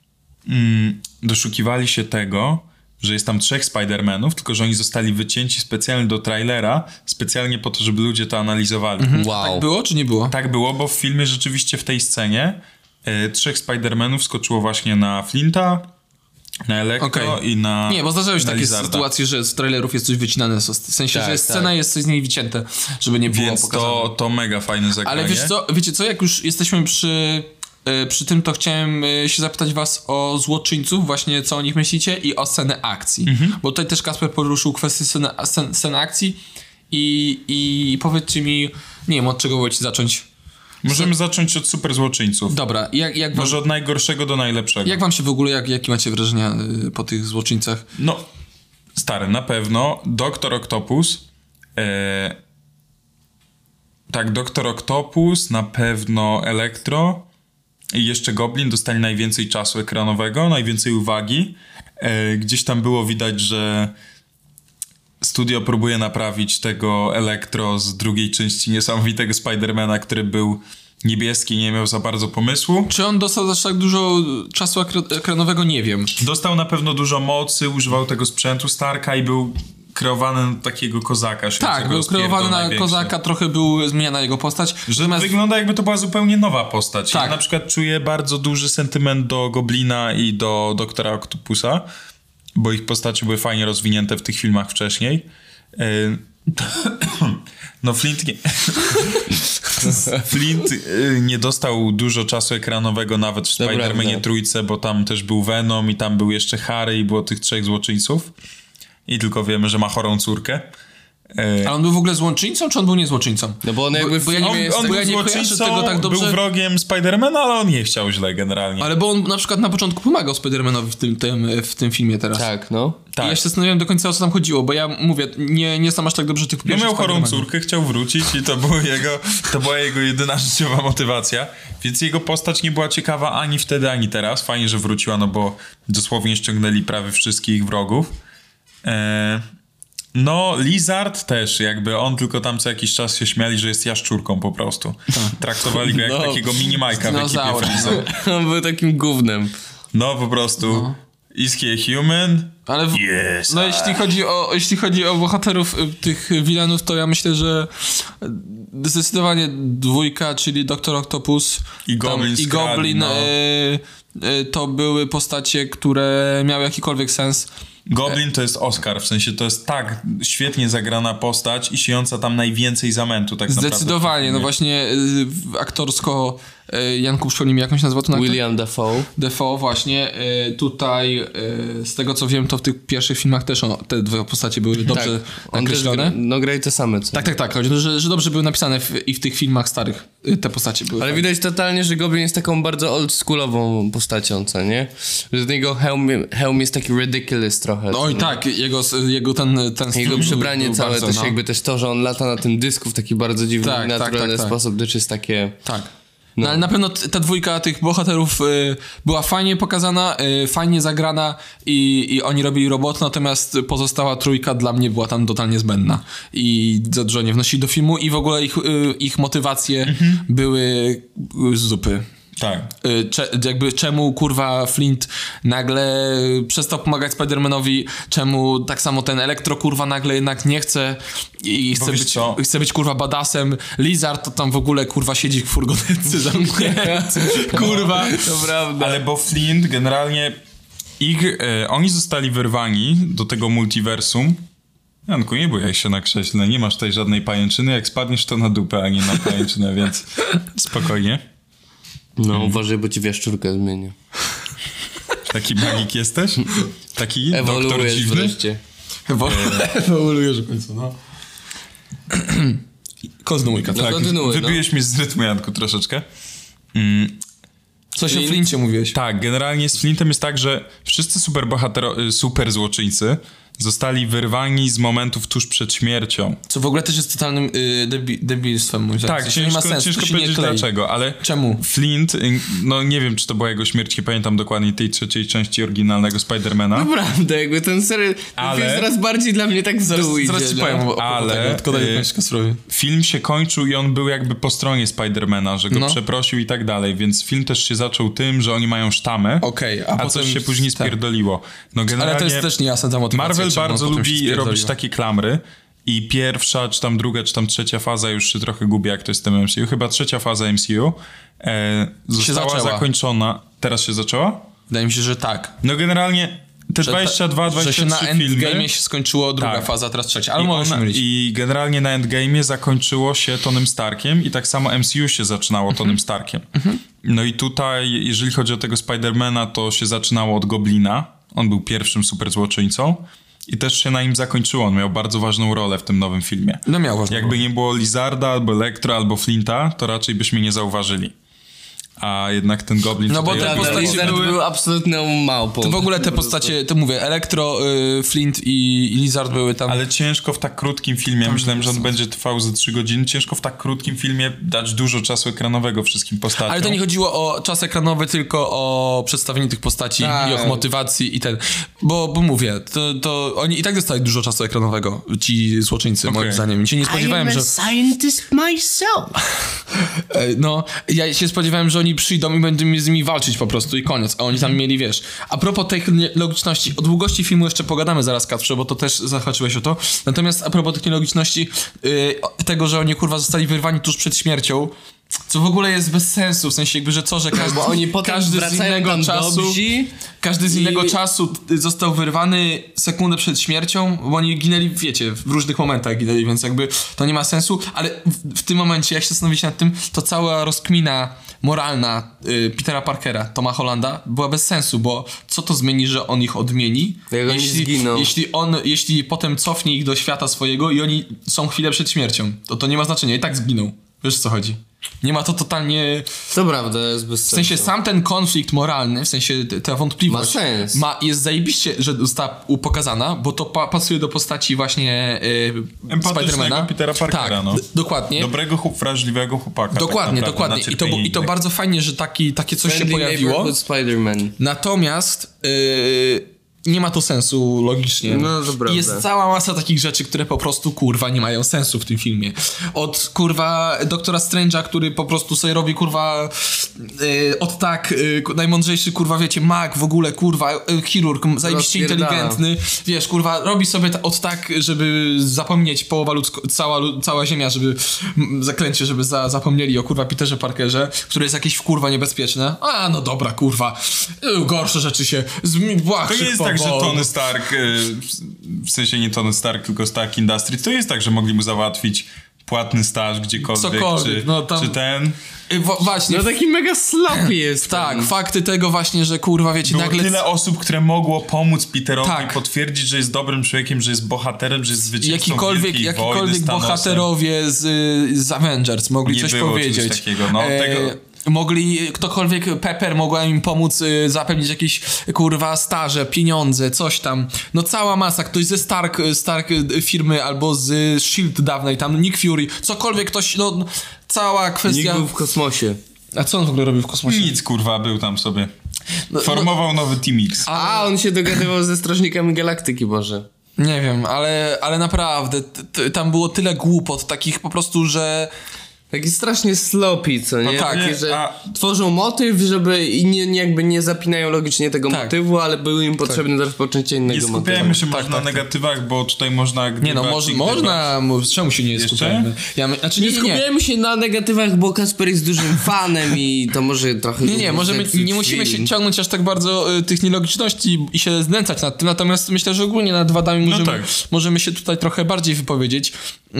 doszukiwali się tego, że jest tam 3 Spider-Manów, tylko że oni zostali wycięci specjalnie do trailera, specjalnie po to, żeby ludzie to analizowali. Wow. Tak było, czy nie było? Tak było, bo w filmie rzeczywiście w tej scenie 3 Spider-Manów skoczyło właśnie na Flinta, na Electro i na Nie, bo zdarzają się na takie Lizarda. sytuacje, że z trailerów jest coś wycinane, w sensie, Tak, że scena jest coś z niej wycięte, żeby nie było Więc pokazane. to mega fajne zagranie. Ale wiecie co, jak już jesteśmy przy tym, to chciałem się zapytać was o złoczyńców, właśnie co o nich myślicie i o scenę akcji. Bo tutaj też Kasper poruszył kwestię sceny akcji i powiedzcie mi, nie wiem, od czego wolecie zacząć. Możemy zacząć od super złoczyńców. Dobra, jak wam, Może od najgorszego do najlepszego. jak wam się w ogóle, jakie macie wrażenia po tych złoczyńcach? No, stary, na pewno Doktor Octopus. Tak, Doktor Octopus, na pewno Electro i jeszcze Goblin dostali najwięcej czasu ekranowego, najwięcej uwagi. Gdzieś tam było widać, że studio próbuje naprawić tego Electro z drugiej części niesamowitego Spidermana, który był niebieski, nie miał za bardzo pomysłu. Czy on dostał aż tak dużo czasu ekranowego? Nie wiem. Dostał na pewno dużo mocy, używał tego sprzętu Starka i był kreowany na takiego kozaka. Tak, był kreowany na kozaka, trochę był zmieniana jego postać. Że wygląda jakby to była zupełnie nowa postać. Tak. Ja na przykład czuję bardzo duży sentyment do Goblina i do Doktora Octopusa, bo ich postacie były fajnie rozwinięte w tych filmach wcześniej. No Flint nie dostał dużo czasu ekranowego nawet w Spider-Manie trójce, bo tam też był Venom i tam był jeszcze Harry i było tych 3 złoczyńców. I tylko wiemy, że ma chorą córkę. Ale on był w ogóle złoczyńcą, czy on był niezłoczyńcą? No bo on jakby bo ja nie wiem, on bo ja był nie kojarzę złoczyńcą, tego tak dobrze. był wrogiem Spidermana, ale on nie chciał źle generalnie. Ale bo on na przykład na początku pomagał Spider-Manowi w tym filmie teraz. Tak, no. Tak. I ja się zastanawiałem do końca, o co tam chodziło, bo ja mówię, nie znam aż tak dobrze tych No pierwszych miał chorą Spider-Manów. córkę, chciał wrócić i to była jego jedyna życiowa motywacja. Więc jego postać nie była ciekawa ani wtedy, ani teraz. Fajnie, że wróciła, no bo dosłownie ściągnęli prawie wszystkich wrogów. No, Lizard też, jakby on tylko tam co jakiś czas się śmiali, że jest jaszczurką po prostu. Traktowali go jak takiego mini-Majka w ekipie Dinozaur, Freeza. On był takim gównem. No, po prostu. Is he a human? Ale Yes. no jeśli chodzi o bohaterów tych wilanów, to ja myślę, że zdecydowanie 2, czyli Doktor Octopus I Goblin, no. to były postacie, które miały jakikolwiek sens. Goblin to jest Oscar, w sensie to jest tak świetnie zagrana postać i siejąca tam najwięcej zamętu tak naprawdę. Zdecydowanie, no właśnie aktorsko Janku, przypomnij mi jakąś nazwę tu William Dafoe. Dafoe właśnie. Tutaj z tego co wiem, to w tych pierwszych filmach też te dwie postacie były dobrze nakreślone. Grali te same, co? Tak. Chodzi, że dobrze były napisane i w tych filmach starych te postacie były. Ale widać totalnie, że Goblin jest taką bardzo oldschoolową postacią, co nie? Że ten jego hełm jest taki ridiculous trochę. No i tak, jego ten jego przebranie był całe bardzo, też no. jakby też to, że on lata na tym dysku w taki bardzo dziwny, Tak, naturalny tak. sposób, też jest takie... Tak. No ale na pewno ta dwójka tych bohaterów była fajnie pokazana, fajnie zagrana i oni robili robotę, natomiast pozostała trójka dla mnie była tam totalnie zbędna i za dużo nie wnosili do filmu i w ogóle ich motywacje były z zupy. Tak. Jakby czemu kurwa Flint nagle przestał pomagać Spider-Manowi, czemu tak samo ten Elektro kurwa nagle jednak nie chce i chce być kurwa badassem. Lizard to tam w ogóle kurwa siedzi w furgonetce zamknięty. Kurwa. To prawda. Ale bo Flint generalnie oni zostali wyrwani do tego multiversum. Janku, nie bój się na krześle, nie masz tutaj żadnej pajęczyny, jak spadniesz to na dupę, a nie na pajęczynę, więc spokojnie. No uważaj, bo ci w jaszczurkę zmienię. Taki magik jesteś? Taki doktor Ewoluujesz dziwny? wreszcie. Ewoluujesz w końcu, no. Kontynuujka, No, tak. kontynuuj, Wybiłeś mnie z rytmu, Janku, troszeczkę. Coś o Flincie mówiłeś. Tak, generalnie z Flintem jest tak, że wszyscy super złoczyńcy zostali wyrwani z momentów tuż przed śmiercią. Co w ogóle też jest totalnym debilstwem, moim zdaniem. Tak, nie ma sensu, ciężko to się nie powiedzieć klei. dlaczego, ale Czemu? Flint, no nie wiem, czy to była jego śmierć, nie pamiętam dokładnie tej trzeciej części oryginalnego Spidermana. Naprawdę, jakby ten serial Ale- jest coraz bardziej dla mnie tak w dół idzie. Zaraz ci no. powiem Ale, tego, tylko daj kończyć spróbuję. Film się kończył i on był jakby po stronie Spidermana, że go No. przeprosił i tak dalej, więc film też się zaczął tym, że oni mają sztamę, Okej, a a potem- coś się później tak. spierdoliło. No generalnie Ale to jest też niejasne ta motywacja. Marvel czemu bardzo potem się lubi spierdoliło. robić takie klamry i pierwsza, czy tam druga, czy tam trzecia faza, już się trochę gubię, jak to jest w tym MCU, chyba trzecia faza MCU została zaczęła. zakończona. Teraz się zaczęła? Wydaje mi się, że tak. No generalnie te 22-23 że się na filmy... Endgame'ie się skończyło druga Tak. faza, teraz trzecia. Ale możesz mylić. I generalnie na Endgame'ie zakończyło się Tonym Starkiem i tak samo MCU się zaczynało Tonym Starkiem. No i tutaj, jeżeli chodzi o tego Spidermana, to się zaczynało od Goblina. On był pierwszym super złoczyńcą i też się na nim zakończyło. On miał bardzo ważną rolę w tym nowym filmie. No miał ważną Jakby rolę. nie było Lizarda, albo Elektro, albo Flinta, to raczej byśmy nie zauważyli. A jednak ten Goblin... No bo tutaj te odgrywał- postacie Lizard były- był absolutną małpą. To w ogóle te postacie, to mówię, Elektro, Flint i Lizard były tam. Ale ciężko w tak krótkim filmie, myślałem, że on będzie trwał ze 3 godziny, ciężko w tak krótkim filmie dać dużo czasu ekranowego wszystkim postaciom. Ale to nie chodziło o czas ekranowy, tylko o przedstawienie tych postaci Tak. i o motywacji i ten. Bo mówię, to oni i tak dostali dużo czasu ekranowego, ci złoczyńcy, moim zdaniem. I się nie spodziewałem, że... scientist myself. No, ja się spodziewałem, że oni przyjdą i będą z nimi walczyć po prostu i koniec. A oni tam mieli, wiesz... A propos tej logiczności, o długości filmu jeszcze pogadamy zaraz, Kacprze, bo to też zahaczyłeś o to. Natomiast a propos tej nielogiczności, tego, że oni kurwa zostali wyrwani tuż przed śmiercią, co w ogóle jest bez sensu, w sensie jakby, że co, że każdy, Bo oni potem każdy z wracają innego tam czasu... dobrzy Każdy z i- innego czasu został wyrwany sekundę przed śmiercią, bo oni ginęli, wiecie, w różnych momentach ginęli, więc jakby to nie ma sensu, ale w tym momencie, jak się zastanowić nad tym, to cała rozkmina moralna Petera Parkera, Toma Hollanda była bez sensu, bo co to zmieni, że on ich odmieni, Jak oni zginą. jeśli potem cofnie ich do świata swojego i oni są chwilę przed śmiercią, to nie ma znaczenia, i tak zginą. Wiesz, o co chodzi? Nie ma to totalnie... To prawda, jest bez W sensie sam ten konflikt moralny, w sensie ta wątpliwość Ma sens. jest zajebiście, że została pokazana, bo to pasuje do postaci właśnie Empatycznego Spidermana. Petera Parkera, tak, no. Dokładnie. Dobrego, wrażliwego chłopaka. Dokładnie, tak naprawdę, dokładnie. na I to cierpienie bardzo fajnie, że takie coś się Friendly pojawiło. Neighborhood Spider-Man. Natomiast nie ma to sensu logicznie. No, to prawda. Jest cała masa takich rzeczy, które po prostu kurwa nie mają sensu w tym filmie. Od kurwa Doktora Strange'a, który po prostu sobie robi kurwa najmądrzejszy kurwa wiecie mag w ogóle kurwa chirurg, zajebiście Rozpierdala. inteligentny, wiesz kurwa robi sobie żeby zapomnieć połowa cała ziemia, żeby zaklęcie, żeby zapomnieli o kurwa Peterze Parkerze, które jest jakieś kurwa niebezpieczne. A no dobra kurwa, gorsze rzeczy się To nie jest tak, że Tony Stark, w sensie nie Tony Stark, tylko Stark Industries, to jest tak, że mogli mu załatwić płatny staż gdziekolwiek, Cokolwiek, no tam- czy ten... Właśnie. No taki mega sloppy jest. Tak, fakty tego właśnie, że kurwa, wiecie, Było nagle... tyle osób, które mogło pomóc Peterowi, Tak. potwierdzić, że jest dobrym człowiekiem, że jest bohaterem, że jest zwycięzcą Jakikolwiek Wielkiej Wojny z Thanosem. bohaterowie z Avengers mogli Nie coś było czegoś powiedzieć. takiego, no, Mogli, ktokolwiek, Pepper mogła im pomóc zapewnić jakieś, kurwa, staże, pieniądze, coś tam. No cała masa, ktoś ze Stark firmy albo z S.H.I.E.L.D. dawnej, tam Nick Fury, cokolwiek ktoś, no cała kwestia... Nikt był w kosmosie. A co on w ogóle robił w kosmosie? Nic, kurwa, był tam sobie. Formował nowy Team X. A, on się dogadywał ze Strażnikami Galaktyki, Boże. Nie wiem, ale naprawdę, tam było tyle głupot, takich po prostu, że... Taki strasznie sloppy, co nie? No tak, Takie, że a- tworzą motyw, żeby i jakby nie zapinają logicznie tego Tak. motywu, ale były im potrzebne do rozpoczęcia Nie innego motywu. skupiajmy się może Tak, na tak. negatywach, bo tutaj można Nie no, gdybać i można, czemu się nie Jeszcze? skupiamy? Znaczy, Nie skupiajmy się na negatywach, bo Kasper jest dużym fanem i to może trochę... Nie, może my zepsuć nie musimy się film. ciągnąć aż tak bardzo tych nielogiczności i się znęcać nad tym, natomiast myślę, że ogólnie nad wadami tak. możemy się tutaj trochę bardziej wypowiedzieć.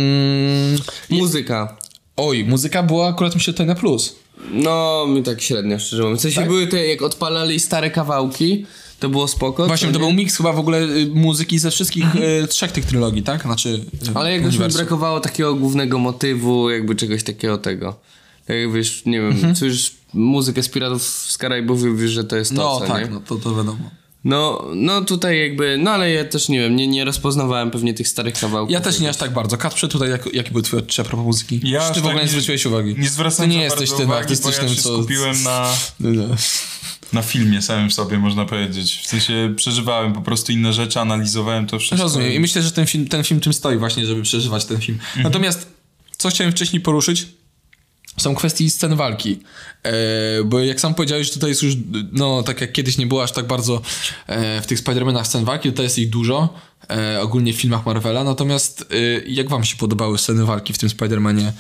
Muzyka. Oj, muzyka była akurat mi się tutaj na plus. No, mi tak średnio, szczerze mówiąc. W sensie Tak? były te, jak odpalali stare kawałki, to było spoko. Właśnie, co to nie? był miks chyba w ogóle muzyki ze wszystkich trzech tych trylogii, tak? Znaczy, Ale jakoś mi uniwersum. brakowało takiego głównego motywu, jakby czegoś takiego tego. Tak jak wiesz, nie wiem, słyszysz muzykę z Piratów z Karaibów i wiesz, że to jest to, No co, tak, nie? no to wiadomo. No tutaj jakby, no ale ja też nie wiem, nie rozpoznawałem pewnie tych starych kawałków. Ja też nie aż tak bardzo. Kacprze, tutaj jaki był twój odczucie a propos muzyki? Ja Czy aż ty w ogóle tak nie zwróciłeś uwagi? Nie zwracałem Ty nie za jesteś bardzo tym uwagi, artystycznym, bo ja się co... skupiłem No. na filmie samym w sobie, można powiedzieć. W sensie przeżywałem po prostu inne rzeczy, analizowałem to wszystko. Rozumiem i myślę, że ten film tym stoi właśnie, żeby przeżywać ten film. Natomiast, co chciałem wcześniej poruszyć, są kwestie scen walki. Bo jak sam powiedziałeś, tutaj jest już, no tak jak kiedyś nie było aż tak bardzo w tych Spider-Manach scen walki, tutaj jest ich dużo, ogólnie w filmach Marvela. Natomiast jak wam się podobały sceny walki w tym Spider-Manie?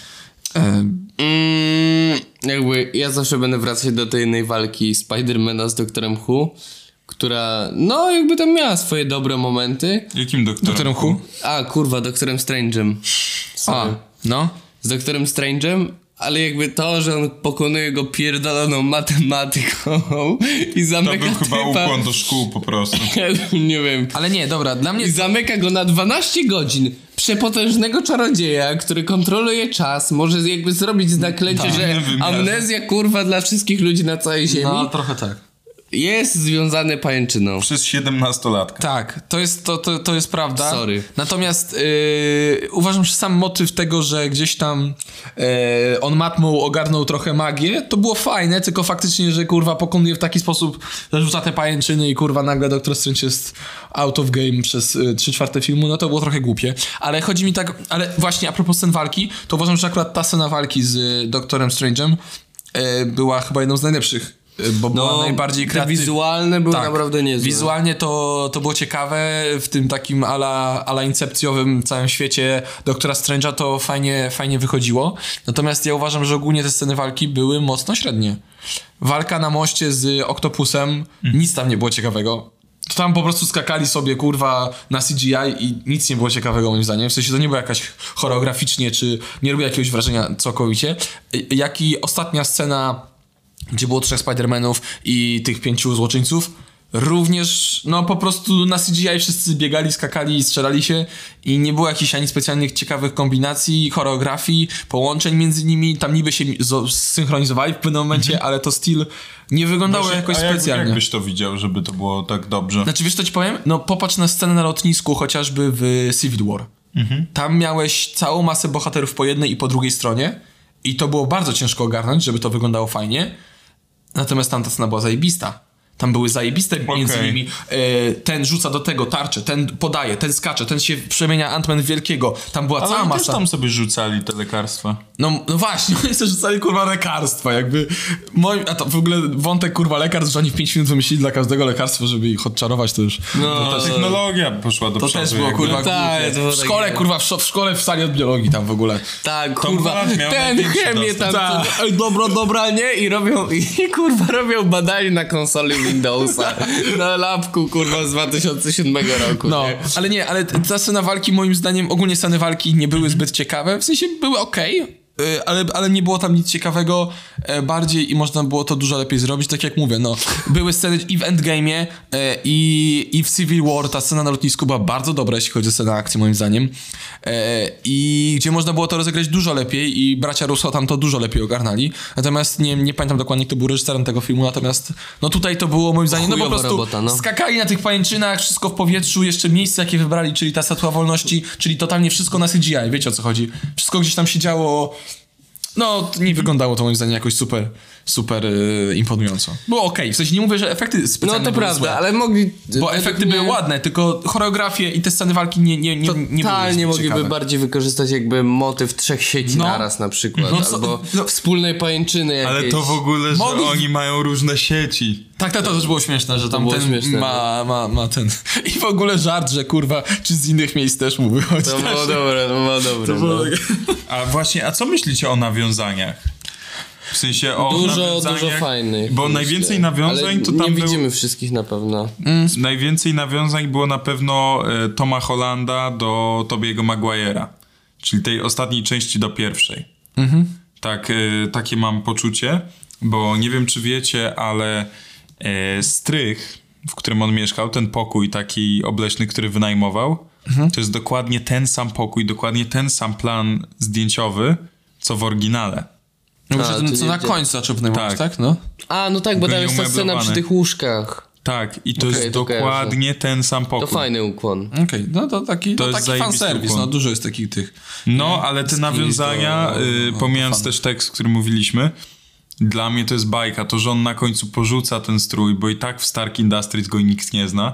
Jakby ja zawsze będę wracać do tej jednej walki Spidermana z Doktorem Who, która, no jakby tam miała swoje dobre momenty. Jakim doktorem? Who? A, kurwa, Doktorem Strange'em. Sorry. No. Z Doktorem Strange'em, ale jakby to, że on pokonuje go pierdoloną matematyką i To zamyka był chyba typa, ukłon do szkół po prostu. nie wiem, Ale nie, dobra, dla mnie... i zamyka go na 12 godzin. Przepotężnego czarodzieja, który kontroluje czas, może jakby zrobić zaklęcie, Tak, że w wymiarze. amnezja kurwa dla wszystkich ludzi na całej ziemi No, trochę tak. jest związany pajęczyną. Przez 17-latka. Tak, to jest prawda. Sorry. Natomiast uważam, że sam motyw tego, że gdzieś tam on matmą ogarnął trochę magię, to było fajne, tylko faktycznie, że kurwa pokonuje w taki sposób, że rzuca te pajęczyny i kurwa nagle Doktor Strange jest out of game przez 3/4 filmu, no to było trochę głupie. Ale chodzi mi tak, ale właśnie a propos scen walki, to uważam, że akurat ta scena walki z Doktorem Strange'em była chyba jedną z najlepszych. Bo była najbardziej te kreatywna. wizualne były naprawdę niezłe. Wizualnie to było ciekawe, w tym takim ala incepcjowym całym świecie Doktora Strange'a to fajnie wychodziło. Natomiast ja uważam, że ogólnie te sceny walki były mocno średnie. Walka na moście z Oktopusem, nic tam nie było ciekawego. To tam po prostu skakali sobie, kurwa, na CGI i nic nie było ciekawego moim zdaniem. W sensie to nie było jakaś choreograficznie, czy nie robiło jakiegoś wrażenia całkowicie. Jak i ostatnia scena, gdzie było 3 Spider-Manów i tych 5 złoczyńców, również, no po prostu na CGI wszyscy biegali, skakali i strzelali się i nie było jakichś ani specjalnych ciekawych kombinacji, choreografii, połączeń między nimi, tam niby się zsynchronizowali w pewnym momencie, ale to styl nie wyglądało Właśnie, jakoś a jak, specjalnie. Jak byś to widział, żeby to było tak dobrze? Znaczy wiesz co ci powiem? No popatrz na scenę na lotnisku chociażby w Civil War. Tam miałeś całą masę bohaterów po jednej i po drugiej stronie i to było bardzo ciężko ogarnąć, żeby to wyglądało fajnie. Natomiast tamta scena była zajebista. Tam były zajebiste między nimi. Ten rzuca do tego tarczę, ten podaje, ten skacze, ten się przemienia Ant-Man w wielkiego. Tam była cała Ale masa. też tam sobie rzucali te lekarstwa. No właśnie, oni sobie rzucali kurwa lekarstwa, jakby. A to w ogóle wątek kurwa lekarstw, że oni w 5 minut wymyślili dla każdego lekarstwo, żeby ich odczarować, to już. No, technologia poszła do To przodu. też było jakby. kurwa No tak, głupie. to było W szkole takie- kurwa, w szkole w sali od biologii tam w ogóle. Tak, Tom kurwa, Holland miał ten największy chemię dostęp. tam, Tak. ej, dobra, nie? I robią badanie na konsoli, Windowsa na lapku, kurwa, z 2007 roku. No, Nie? ale ta scena walki moim zdaniem, ogólnie sceny walki nie były zbyt ciekawe, w sensie były okej. Ale nie było tam nic ciekawego bardziej i można było to dużo lepiej zrobić, tak jak mówię, no. Były sceny i w Endgame'ie i w Civil War, ta scena na lotnisku była bardzo dobra, jeśli chodzi o scenę akcji, moim zdaniem. I gdzie można było to rozegrać dużo lepiej i bracia Russo tam to dużo lepiej ogarnęli. Natomiast nie pamiętam dokładnie, kto był reżyserem tego filmu, natomiast no tutaj to było moim zdaniem, no po prostu robota, no. skakali na tych pajęczynach, wszystko w powietrzu, jeszcze miejsce jakie wybrali, czyli ta Statua Wolności, czyli totalnie wszystko na CGI, wiecie o co chodzi. Wszystko gdzieś tam się działo. No, nie wyglądało to moim zdaniem jakoś super imponująco. Było okej, w sensie nie mówię, że efekty specjalne No to były prawda, złe, ale mogli... bo efekty były ładne, tylko choreografie i te sceny walki nie były Totalnie mogliby ciekawe. bardziej wykorzystać jakby motyw 3 sieci No. naraz na przykład, No co- albo no. wspólnej pajęczyny jakiejś. Ale to w ogóle, że Mogli- oni mają różne sieci. Tak, to też było śmieszne, że tam było ten śmieszne, ma ten... I w ogóle żart, że kurwa, czy z innych miejsc też mu wychodzi. To było dobre, to było dobre. No. A właśnie, a co myślicie o nawiązaniach? W sensie o Dużo nawiązaniach, fajnych. bo myślę. najwięcej nawiązań Ale to nie tam widzimy wszystkich na pewno. Najwięcej nawiązań było na pewno Toma Hollanda do Tobiego Maguire'a, czyli tej ostatniej części do pierwszej. Tak, takie mam poczucie, bo nie wiem czy wiecie, ale strych, w którym on mieszkał, ten pokój taki obleśny, który wynajmował, to jest dokładnie ten sam pokój, dokładnie ten sam plan zdjęciowy, co w oryginale. No, A, że to ten, nie co na wiedziałem. końcu zaczął wynajmować, Tak. tak? No. A, no tak, bo Tylko tam jest ta scena nieumeblowany. przy tych łóżkach. Tak, i to Okej, jest to kojarzę. dokładnie ten sam pokój. To fajny ukłon. Okej, no to taki, To no, jest taki zajebisty fanserwis, ukłon. no dużo jest takich tych... No, ale te Skins nawiązania, do pomijając fanów. też tekst, o którym mówiliśmy, dla mnie to jest bajka. To, że on na końcu porzuca ten strój, bo i tak w Stark Industries go nikt nie zna,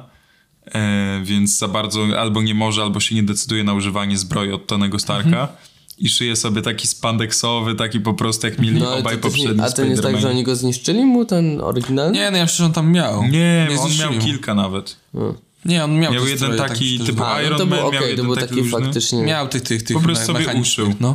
więc za bardzo albo nie może, albo się nie decyduje na używanie zbroi od Tonego Starka i szyje sobie taki spandeksowy, taki po prostu jak mieli No, ale obaj to też nie, poprzedni a to nie jest tak, że Spider-Mani. oni go zniszczyli mu, ten oryginalny? Nie, no ja myślę, że on tam miał. Nie, on zniszczyli miał mu. kilka nawet. Nie, on miał Miał te jeden stroje, taki tak, typu też Iron to Man, był miał okej, to jeden był taki taki luźny. faktycznie... miał tych Po prostu sobie mechanicznych, uszył. no.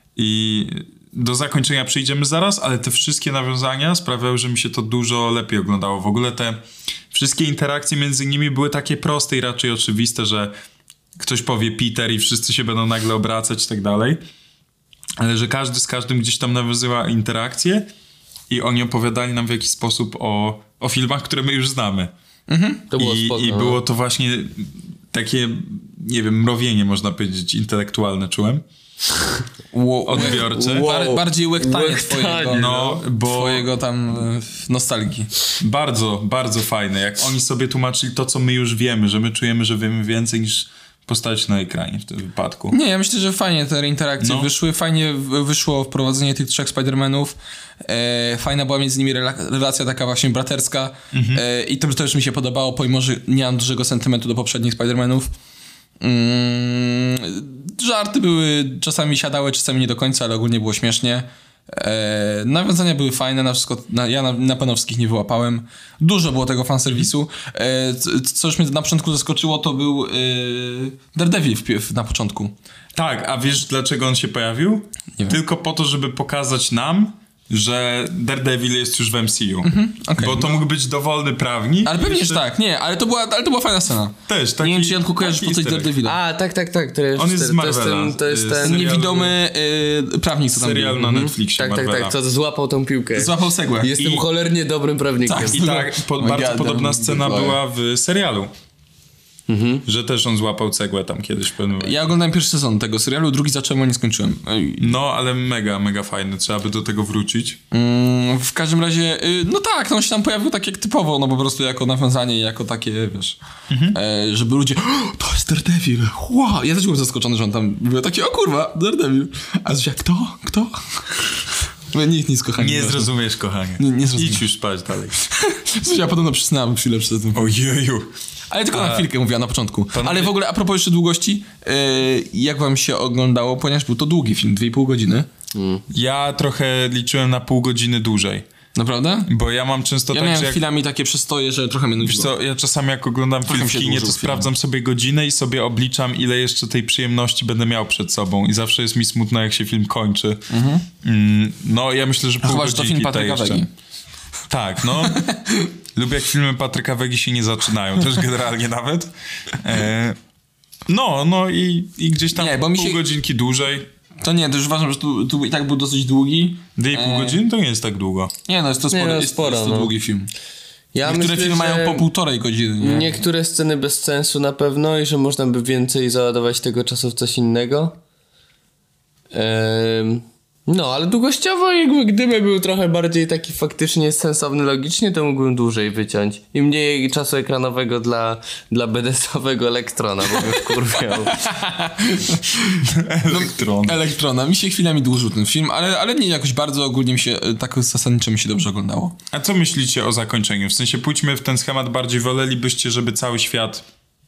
I do zakończenia przyjdziemy zaraz, ale te wszystkie nawiązania sprawiały, że mi się to dużo lepiej oglądało. W ogóle te wszystkie interakcje między nimi były takie proste i raczej oczywiste, że ktoś powie Peter i wszyscy się będą nagle obracać i tak dalej. Ale że każdy z każdym gdzieś tam nawiązywał interakcje i oni opowiadali nam w jakiś sposób o filmach, które my już znamy. To było spoko, I no. było to właśnie takie, nie wiem, mrowienie można powiedzieć intelektualne czułem. Odbiorcze. Bardziej łektanie Łektanie, twojego, No, bo twojego tam nostalgii. bardzo, bardzo fajne. Jak oni sobie tłumaczyli to, co my już wiemy, że my czujemy, że wiemy więcej niż postać na ekranie w tym wypadku. Nie, ja myślę, że fajnie te interakcje No. wyszły, fajnie wyszło wprowadzenie tych 3 Spider-Manów, fajna była między nimi relacja taka właśnie braterska i to też mi się podobało, pomimo, że nie mam dużego sentymentu do poprzednich Spider-Manów. Żarty były, czasami siadały, czasami nie do końca, ale ogólnie było śmiesznie. Nawiązania były fajne, na wszystko, ja na pewno wszystkich nie wyłapałem. Dużo było tego fanserwisu. Co już mnie na początku zaskoczyło, to był Daredevil na początku. Tak, a wiesz dlaczego on się pojawił? Nie wiem. Tylko po to, żeby pokazać nam, że Daredevil jest już w MCU. okej. Bo to mógł być dowolny prawnik. Ale pewnie, Jeszcze- że tak, nie, ale to była fajna scena. Też, taki, Nie wiem, czy Janku kojarzysz taki po coś easter egg. Daredevila. A, tak. To jest, On jest z to jest Marvela. ten, to jest ten... Serial- Niewidomy prawnik, co tam Serial był. na Netflixie Tak, Marvela. co złapał tą piłkę. Złapał segłę. Jestem I- cholernie dobrym prawnikiem. Tak. I tak, bardzo podobna scena była w serialu. Że też on złapał cegłę tam kiedyś w pewnym momencie. Ja oglądałem pierwszy sezon tego serialu, drugi zacząłem, a nie skończyłem. No, ale mega, mega fajne. Trzeba by do tego wrócić. W każdym razie, no tak, no on się tam pojawił tak jak typowo, no po prostu jako nawiązanie, jako takie, wiesz, żeby ludzie, to jest Daredevil, wow. Ja też byłem zaskoczony, że on tam był taki, o kurwa, Daredevil. A że kto? No, nic, kochani. Nie proszę. zrozumiesz, kochanie. Nie zrozumiesz. Idź już spać dalej. Ja podobno przysnąłem chwilę przed tym. Ojeju. Ale tylko na chwilkę mówiła na początku. Ale w ogóle a propos jeszcze długości, jak wam się oglądało, ponieważ był to długi film, 2,5 godziny. Ja trochę liczyłem na pół godziny dłużej. Naprawdę? Bo ja mam często Ja tak, miałem że jak, chwilami takie przestoje, że trochę mnie wiesz nudziło. co, ja czasami jak oglądam film mi w się kinie, to dłużył film. sprawdzam sobie godzinę i sobie obliczam, ile jeszcze tej przyjemności będę miał przed sobą. I zawsze jest mi smutno, jak się film kończy. No, ja myślę, że pół Chyba, że to godzinki film Patryka jeszcze. Wegi. Tak, no. Lubię, jak filmy Patryka Wegi się nie zaczynają, też generalnie nawet. No i gdzieś tam Nie, bo mi pół się- godzinki dłużej. To nie, to już uważam, że tu i tak był dosyć długi. 2,5 godziny to nie jest tak długo. Nie, no jest to sporo, no, jest sporo, to no. długi film. Ja Niektóre myślę, filmy że mają po 1,5 godziny, nie? niektóre sceny bez sensu na pewno i że można by więcej załadować tego czasu w coś innego. No, ale długościowo jakby gdyby był trochę bardziej taki faktycznie sensowny logicznie, to mógłbym dłużej wyciąć. I mniej czasu ekranowego dla BDS-owego Elektrona, bo bym wkurwiał. Elektrona. Mi się chwilami dłużył ten film, ale nie jakoś bardzo, ogólnie mi się tak zasadniczo mi się dobrze oglądało. A co myślicie o zakończeniu? W sensie pójdźmy w ten schemat bardziej, wolelibyście, żeby cały świat,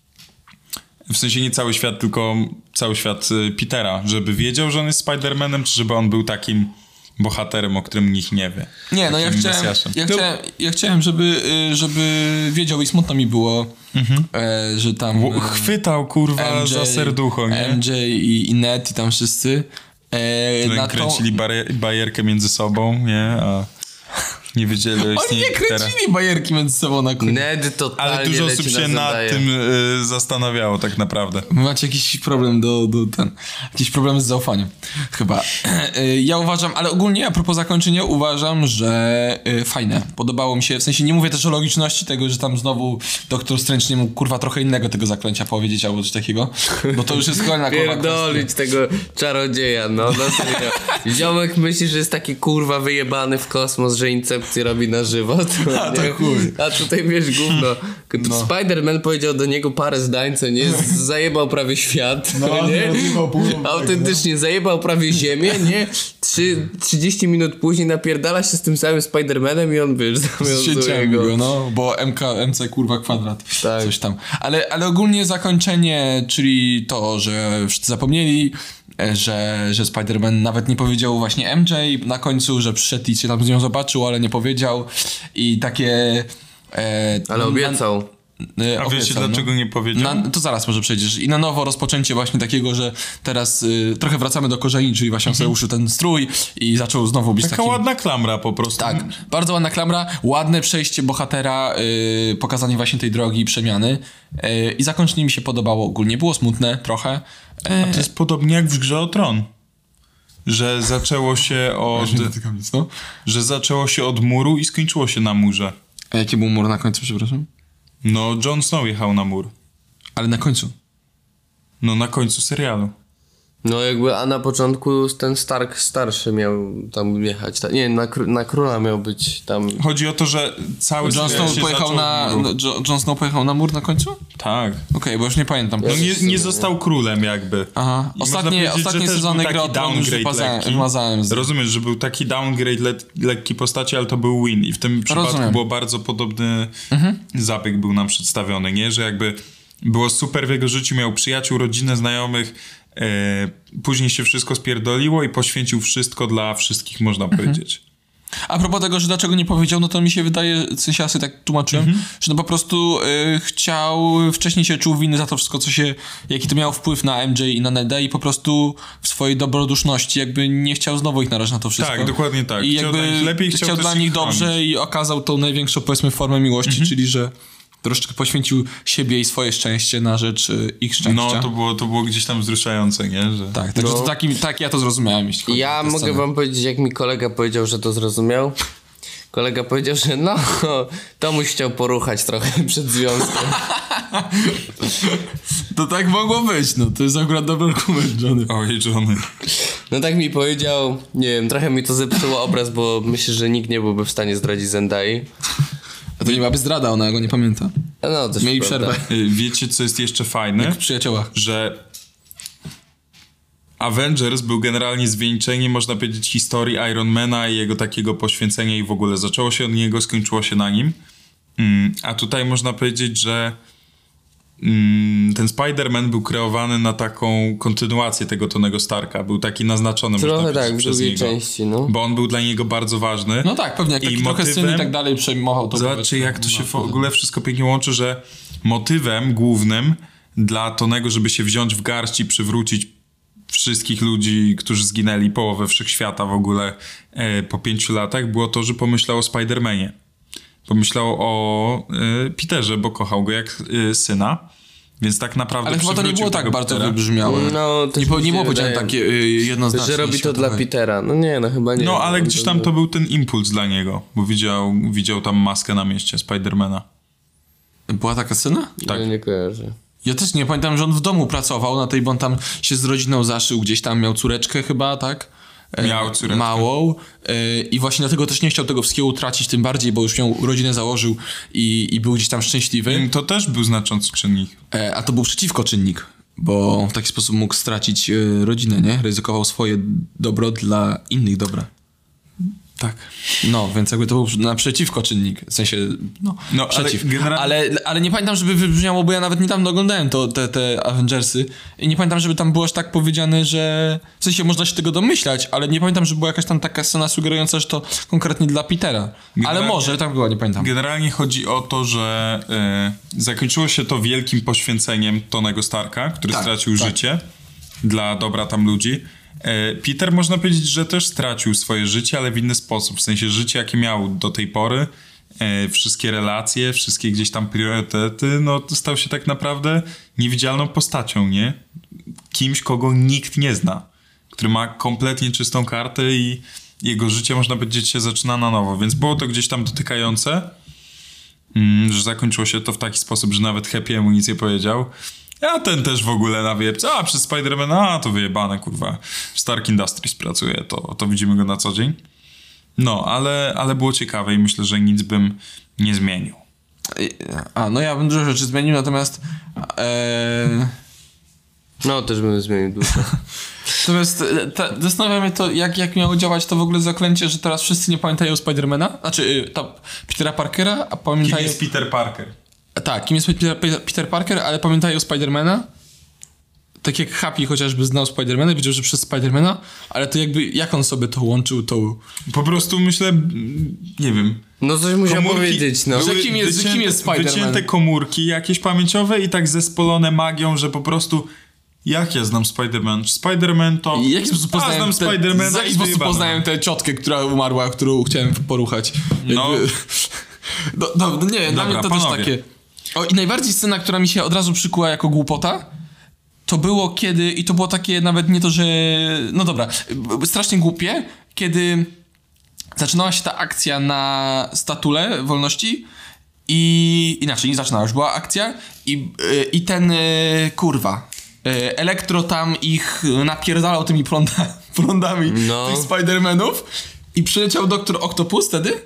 w sensie nie cały świat, tylko cały świat Petera, żeby wiedział, że on jest Spider-Manem, czy żeby on był takim bohaterem, o którym nikt nie wie? Nie, no Takim mesjaszem. ja chciałem, żeby wiedział i smutno mi było, że tam Chwytał, kurwa, za serducho, nie? MJ i Ned i tam wszyscy. Kręcili bajerkę między sobą, nie? A nie wiedzieli, że Oni istnieje nie Petera. kręcili bajerki między sobą na koniec. Ned totalnie Ale dużo leci osób na się nad zadaje. tym zastanawiało tak naprawdę. Macie jakiś problem jakiś problem z zaufaniem. Chyba. Ja uważam, ale ogólnie a propos zakończenia uważam, że fajne. Podobało mi się, w sensie nie mówię też o logiczności tego, że tam znowu Doktor Strange nie mógł kurwa trochę innego tego zaklęcia powiedzieć albo coś takiego, bo to już jest kolejna kurwa Pierdolić tego czarodzieja, no serio. Ziomek myśli, że jest taki kurwa wyjebany w kosmos, że incepcję robi na żywo. A, to nie? chuj. A tutaj wiesz gówno. Spider-Man powiedział do niego parę zdań, co nie? Zajebał prawie świat, nie? Autentycznie zajebał prawie ziemię, nie? 30 minut później napierdala się z tym samym Spider-Manem i on wiesz, zamiast go, no, bo MC kurwa kwadrat. Tak. Coś tam. Ale ogólnie zakończenie, czyli to, że wszyscy zapomnieli, że Spider-Man nawet nie powiedział właśnie MJ na końcu, że przyszedł i się tam z nią zobaczył, ale nie powiedział i takie... Ale obiecał. A wiecie, dlaczego nie powiedział? To zaraz może przejdziesz. I na nowo rozpoczęcie właśnie takiego, że teraz trochę wracamy do korzeni, czyli właśnie on sobie uszył ten strój i zaczął znowu być Taka takim... ładna klamra po prostu. Tak, bardzo ładna klamra, ładne przejście bohatera, pokazanie właśnie tej drogi i przemiany i zakończenie mi się podobało ogólnie. Było smutne trochę. A to jest podobnie jak w Grze o Tron. Że zaczęło się że zaczęło się od muru i skończyło się na murze. A jaki był mur na końcu, przepraszam? No, Jon Snow jechał na mur. Ale na końcu. No, na końcu serialu. No jakby, a na początku ten Stark starszy miał tam jechać. Nie, na króla miał być tam. Chodzi o to, że cały Jon serial Snow się pojechał zaczął na... od muru. Jon Snow pojechał na mur na końcu? Tak. Okej, bo już nie pamiętam. No nie został królem jakby. Aha. I można powiedzieć, że Ostatnie też sezony był Gry o taki Tron już downgrade lekki. wymazałem. Rozumiesz, że był taki downgrade lekki postaci, ale to był win. I w tym przypadku Rozumiem. było bardzo podobny zabieg był nam przedstawiony, nie? Że jakby było super w jego życiu, miał przyjaciół, rodzinę, znajomych, później się wszystko spierdoliło i poświęcił wszystko dla wszystkich, można powiedzieć. A propos tego, że dlaczego nie powiedział, no to mi się wydaje, w sensie ja sobie tak tłumaczyłem, że no po prostu chciał, wcześniej się czuł winny za to wszystko, jaki to miało wpływ na MJ i na Neda i po prostu w swojej dobroduszności jakby nie chciał znowu ich narażać na to wszystko. Tak, dokładnie tak. I Chciał jakby dla nich lepiej, chciał też dla ich nich chronić. dobrze i okazał tą największą, powiedzmy, formę miłości, czyli że troszeczkę poświęcił siebie i swoje szczęście na rzecz ich szczęścia. No, to było gdzieś tam wzruszające, nie? Że... Tak, także to tak ja to zrozumiałem, jeśli chodzi Ja o tę mogę scenę. wam powiedzieć, jak mi kolega powiedział, że to zrozumiał. Kolega powiedział, że no, Tomuś chciał poruchać trochę przed związkiem. To tak mogło być, no to jest akurat dobry argument, Johnny. Oj, Johnny. No tak mi powiedział, nie wiem, trochę mi to zepsuło obraz, bo myślę, że nikt nie byłby w stanie zdradzić Zendai. A to nie byłaby zdrada, ona go nie pamięta. No, też Mieli prawda. przerwę. Wiecie, co jest jeszcze fajne? W przyjaciołach. Że Avengers był generalnie zwieńczeniem, można powiedzieć, historii Ironmana i jego takiego poświęcenia i w ogóle zaczęło się od niego, skończyło się na nim. A tutaj można powiedzieć, że ten Spider-Man był kreowany na taką kontynuację tego Tonego Starka. Był taki naznaczony, Trochę można tak, powiedzieć, w przez drugiej niego. części, no. Bo on był dla niego bardzo ważny. No tak, pewnie, jak taki trochę syn i tak dalej przejmował to. Zobaczcie, jak to się w ogóle wszystko pięknie łączy, że motywem głównym dla Tonego, żeby się wziąć w garść i przywrócić wszystkich ludzi, którzy zginęli, połowę wszechświata w ogóle po 5 latach, było to, że pomyślał o Spider-Manie. Pomyślał o Peterze, bo kochał go jak syna. Więc tak naprawdę Ale chyba to nie było tak bardzo Petera. wybrzmiałe. No, też mi nie się było powiedziane wydaje, takie jednoznacznie. że robi to światowe. dla Petera. No nie, no chyba nie. No, ale gdzieś tam to był ten impuls dla niego, bo widział tam maskę na mieście Spidermana. Była taka scena? Tak. Ja nie kojarzę. Ja też nie pamiętam, że on w domu pracował na tej, bo on tam się z rodziną zaszył, gdzieś tam miał córeczkę chyba, tak? Miał córeczkę. Małą. I właśnie dlatego też nie chciał tego wszystkiego utracić, tym bardziej, bo już miał rodzinę założył i był gdzieś tam szczęśliwy. To też był znaczący czynnik. A to był przeciwko czynnik, bo w taki sposób mógł stracić rodzinę, nie? Ryzykował swoje dobro dla innych dobra. Tak. No, więc jakby to był naprzeciwko czynnik, w sensie, No, przeciw. ale generalnie- Ale nie pamiętam, żeby wybrzmiało, bo ja nawet niedawno oglądałem te Avengersy i nie pamiętam, żeby tam było aż tak powiedziane, że... W sensie można się tego domyślać, ale nie pamiętam, żeby była jakaś tam taka scena sugerująca, że to konkretnie dla Petera. Ale może, tak było, nie pamiętam. Generalnie chodzi o to, że zakończyło się to wielkim poświęceniem Tonego Starka, który Tak, stracił tak. życie dla dobra tam ludzi. Peter można powiedzieć, że też stracił swoje życie, ale w inny sposób. W sensie życie, jakie miał do tej pory, wszystkie relacje, wszystkie gdzieś tam priorytety, no to stał się tak naprawdę niewidzialną postacią, nie? Kimś, kogo nikt nie zna, który ma kompletnie czystą kartę i jego życie, można powiedzieć, się zaczyna na nowo. Więc było to gdzieś tam dotykające, że zakończyło się to w taki sposób, że nawet Happy'emu nic nie powiedział. A ten też w ogóle na wieprze. A przez Spidermana, to wyjebane, kurwa. W Stark Industries pracuje, to widzimy go na co dzień. No, ale było ciekawe i myślę, że nic bym nie zmienił. No ja bym dużo rzeczy zmienił, natomiast... No, też bym zmienił dużo. Natomiast zastanawia mnie to, jak miało działać to w ogóle zaklęcie, że teraz wszyscy nie pamiętają Spidermana, znaczy Petera Parkera, a Kim pamiętają... jest Peter Parker? Tak, kim jest Peter Parker, ale pamiętają Spidermana. Tak jak Happy chociażby znał Spidermana i wiedział, że przez Spidermana, ale to jakby, jak on sobie to łączył, to... Po prostu myślę, nie wiem. No coś musiał powiedzieć, no. Że kim jest Spider-Man? Wycięte komórki jakieś pamięciowe i tak zespolone magią, że po prostu... Jak ja znam Spider-Man? Spider-Man to... I w jaki sposób poznałem znam Spider-Mana w jaki i sposób wyjebane. poznałem tę ciotkę, która umarła, którą chciałem poruchać? No. Nie, dla mnie to panowie. też takie... I najbardziej scena, która mi się od razu przykuła jako głupota, to było kiedy... I to było takie nawet nie to, że... No dobra, strasznie głupie, kiedy zaczynała się ta akcja na statule wolności i... Inaczej, nie zaczynała, już była akcja i ten... kurwa... Elektro tam ich napierdalał tymi prądami tych Spider-Manów i przyleciał Doktor Octopus wtedy.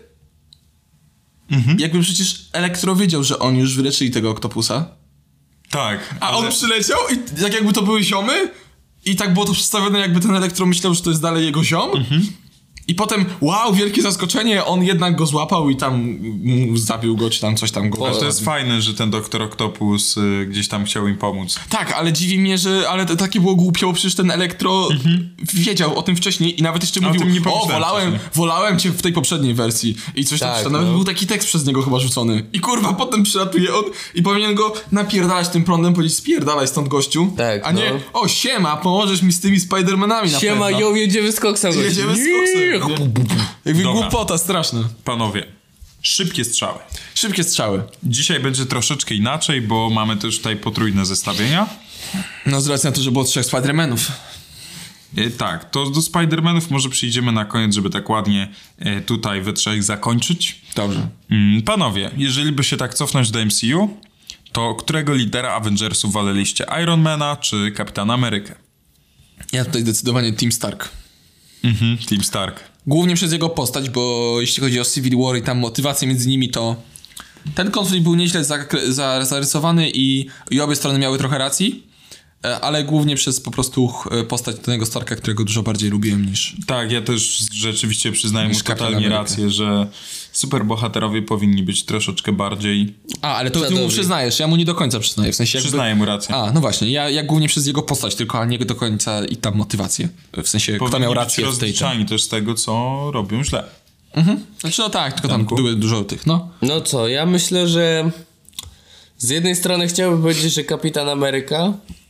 Jakby przecież Elektro wiedział, że oni już wyleczyli tego Octopusa. Tak. A on przyleciał i tak jakby to były ziomy i tak było to przedstawione, jakby ten Elektro myślał, że to jest dalej jego ziom. I potem, wow, wielkie zaskoczenie, on jednak go złapał i tam zabił go, czy tam coś tam go... Ale to jest fajne, że ten Doktor Octopus gdzieś tam chciał im pomóc. Tak, ale dziwi mnie, że... Ale to takie było głupio, bo przecież ten Elektro wiedział o tym wcześniej i nawet jeszcze mówił, tym nie pomyślałem wolałem cię w tej poprzedniej wersji. I coś Tak, tam, nawet no. był taki tekst przez niego chyba rzucony. I kurwa, potem przylatuje on i powinien go napierdalać tym prądem, powiedzieć spierdalaj stąd gościu. Tak, a nie, o siema, pomożesz mi z tymi Spider-Manami na Siema, pewno. ją jedziemy z koksem. Jedziemy z koksem. Jakby Dobra. głupota straszna. Panowie, szybkie strzały. Szybkie strzały. Dzisiaj będzie troszeczkę inaczej, bo mamy też tutaj potrójne zestawienia. No z racji na to, że było 3 Spider-Manów. Tak, to do Spider-Manów może przyjdziemy na koniec, żeby tak ładnie tutaj we trzech zakończyć. Dobrze. Panowie, jeżeli by się tak cofnąć do MCU, to którego lidera Avengersów waleliście? Ironmana czy Kapitana Amerykę? Ja tutaj zdecydowanie Team Stark. Team Stark. Głównie przez jego postać, bo jeśli chodzi o Civil War i tam motywację między nimi, to ten konflikt był nieźle zarysowany i obie strony miały trochę racji, ale głównie przez po prostu postać Tonego Starka, którego dużo bardziej lubiłem niż... Tak, ja też rzeczywiście przyznaję mu Niż Kapitan totalnie Ameryka. rację, że superbohaterowie powinni być troszeczkę bardziej... Ale to ty mu Czadowi. przyznajesz, ja mu nie do końca przyznaję, w sensie jakby... Przyznaję mu rację. No właśnie, ja głównie przez jego postać tylko, a nie do końca i tam motywację. W sensie, kto Powinni miał być rację w tej... rozliczani też z tego, co robią źle. Znaczy no tak, tylko tam były dużo tych, no. No co, ja myślę, że z jednej strony chciałbym powiedzieć, że Kapitan Ameryka,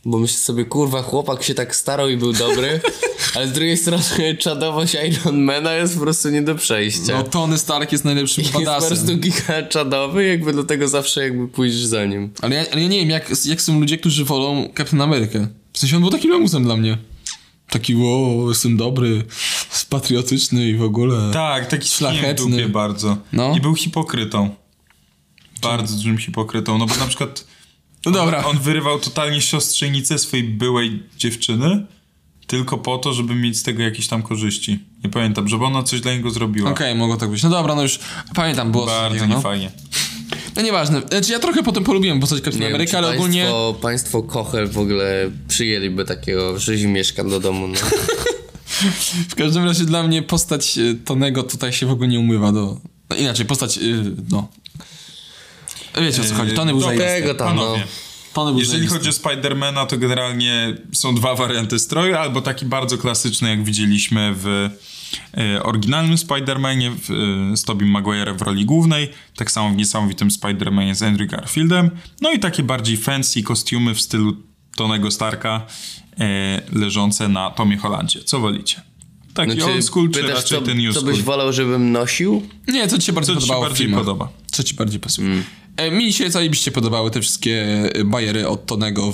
Bo myślę sobie, kurwa, chłopak się tak starał i był dobry, ale z drugiej strony czadowość Ironmana jest po prostu nie do przejścia. No Tony Stark jest najlepszym Jest po badasem. prostu giga czadowy, jakby do tego zawsze jakby pójdziesz za nim. Ale ja nie wiem, jak są ludzie, którzy wolą Captain America. W sensie on był takim lamusem dla mnie. Taki, wow, jestem dobry, patriotyczny i w ogóle. Tak, taki szlachetny. w dupie bardzo. No. I był hipokrytą. Bardzo dużym hipokrytą, no bo na przykład No dobra. on wyrywał totalnie siostrzenicę swojej byłej dziewczyny tylko po to, żeby mieć z tego jakieś tam korzyści. Nie pamiętam, żeby ona coś dla niego zrobiła. Okej, mogło tak być. No dobra, no już pamiętam, było coś Bardzo takiego, no. niefajnie. No nieważne. Znaczy ja trochę potem polubiłem postać Captain Nie wiem, America, czy ale ogólnie... Państwo Kochel w ogóle przyjęliby takiego rzezimieszka do domu, no. W każdym razie dla mnie postać Tonego tutaj się w ogóle nie umywa do... No inaczej, postać, no... Wiecie o co chodzi, Tony był Dobra, zajebisty. Tego tam, no. panowie. Tony był Jeżeli zajebisty. chodzi o Spidermana, to generalnie są dwa warianty stroju, albo taki bardzo klasyczny, jak widzieliśmy w oryginalnym Spider-Manie z Tobey Maguire'em w roli głównej, tak samo w niesamowitym Spider-Manie z Andrew Garfieldem, no i takie bardziej fancy kostiumy w stylu Tonego Starka leżące na Tomie Hollandzie. Co wolicie? Taki old school, czy pytasz, raczej ten new co school? byś wolał, żebym nosił? Nie, co ci się bardziej Co ci się podobało w bardziej filmach? podoba? Co ci bardziej pasuje? Mi się zajebiście podobały te wszystkie bajery od Tonego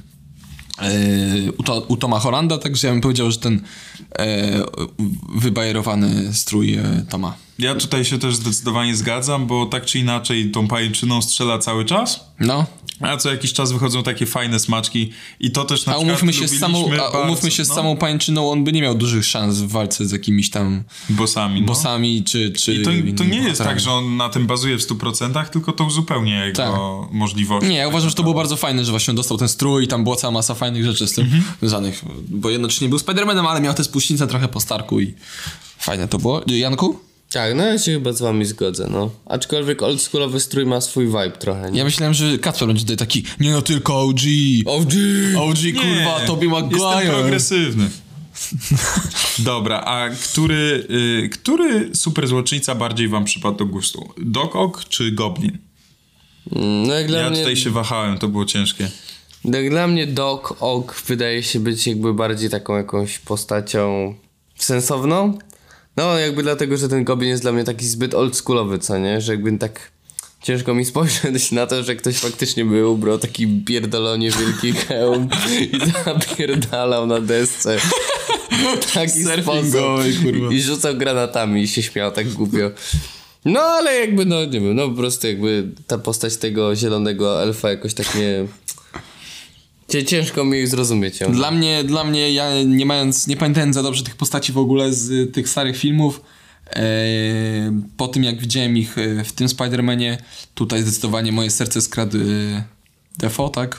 u Toma Hollanda, także ja bym powiedział, że ten wybajerowany strój Toma. Ja tutaj się też zdecydowanie zgadzam, bo tak czy inaczej tą pajęczyną strzela cały czas. No. A co jakiś czas wychodzą takie fajne smaczki i to też na A przykład umówmy się z no, samą pańczyną, on by nie miał dużych szans w walce z jakimiś tam bossami, czy I to nie jest bohaterami. tak, że on na tym bazuje w 100%, tylko to uzupełnia jego możliwości. Nie, ja uważam, że to było bardzo fajne, że właśnie dostał ten strój i tam była cała masa fajnych rzeczy z tym związanych. Bo jednocześnie był Spider-Manem, ale miał te spuścizny trochę po Starku i fajne to było. Janku? Tak, no ja się chyba z wami zgodzę, no. Aczkolwiek oldschoolowy strój ma swój vibe trochę, nie? Ja myślałem, że Kacper będzie tutaj taki, nie no tylko OG, kurwa, Tobey Maguire. Jestem progresywny. Dobra, a który super złoczyńca bardziej wam przypadł do gustu? Doc Ock czy Goblin? No jak dla Ja mnie... tutaj się wahałem, to było ciężkie. Jak dla mnie Doc Ock wydaje się być jakby bardziej taką jakąś postacią sensowną. No jakby dlatego, że ten Goblin jest dla mnie taki zbyt oldschoolowy, co nie? Że jakby tak ciężko mi spojrzeć na to, że ktoś faktycznie by ubrał taki pierdolonie wielki hełm i zapierdalał na desce w taki sposób kurwa. i rzucał granatami i się śmiał tak głupio. No ale jakby, no nie wiem, no po prostu jakby ta postać tego zielonego elfa jakoś tak nie... Ciężko mi zrozumieć ją. Dla mnie ja nie pamiętałem za dobrze tych postaci w ogóle z tych starych filmów. Po tym jak widziałem ich w tym Spider-Manie, tutaj zdecydowanie moje serce skradł Defoe, tak?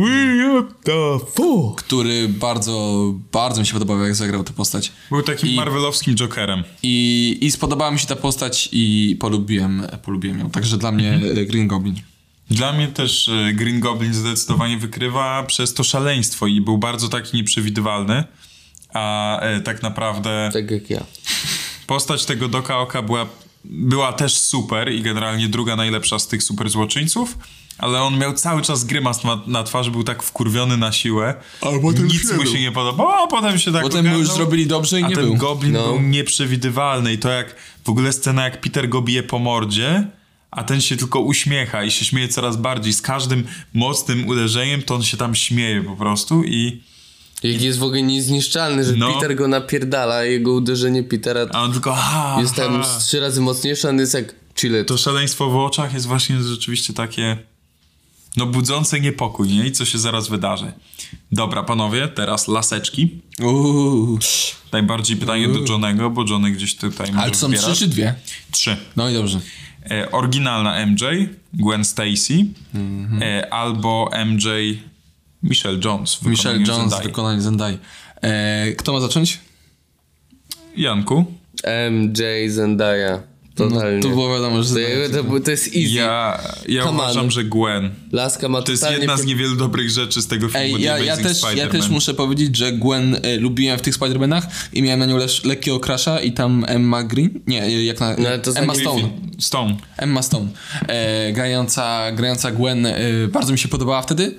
Który bardzo mi się podobał, jak zagrał tę postać. Był takim marvelowskim Jokerem. I spodobała mi się ta postać i polubiłem ją. Także dla mnie Green Goblin. Dla mnie też Green Goblin zdecydowanie wykrywa przez to szaleństwo i był bardzo taki nieprzewidywalny, a tak naprawdę Tak jak ja. postać tego Doca Ocka była też super i generalnie druga najlepsza z tych super złoczyńców, ale on miał cały czas grymas na twarzy, był tak wkurwiony na siłę, nic mu się nie podobało, a potem się tak Potem mu już zrobili dobrze i a nie ten był. Goblin był nieprzewidywalny i to jak w ogóle scena jak Peter go bije po mordzie, a ten się tylko uśmiecha i się śmieje coraz bardziej. Z każdym mocnym uderzeniem to on się tam śmieje po prostu i... Jak jest w ogóle niezniszczalny, że Peter go napierdala, jego uderzenie Petera A on tylko jest tam z 3 razy mocniejsze, on jest jak chillet. To szaleństwo w oczach jest właśnie rzeczywiście takie... No budzące niepokój, nie? I co się zaraz wydarzy. Dobra, panowie, teraz laseczki. Najbardziej pytanie do Johnego, bo Johnny gdzieś tutaj może Ale to są wybierać. 3 czy 2? 3. No i dobrze. Oryginalna MJ, Gwen Stacy, albo MJ Michelle Jones w Michelle wykonaniu Jones w Zendai. wykonaniu Zendai. Kto ma zacząć? Janku? MJ Zendaya. Totalnie. To było wiadomo, że To jest easy. Ja Come uważam, on. że Gwen. Laska ma To jest totalnie... jedna z niewielu dobrych rzeczy z tego filmu. The ja Amazing też Spider-Man. muszę powiedzieć, że Gwen lubiłem w tych Spider-Manach i miałem na nią lekkiego crusha i tam Emma Green? Nie, jak na... No, to Emma za- Stone. Emma Stone. Grająca Gwen bardzo mi się podobała wtedy.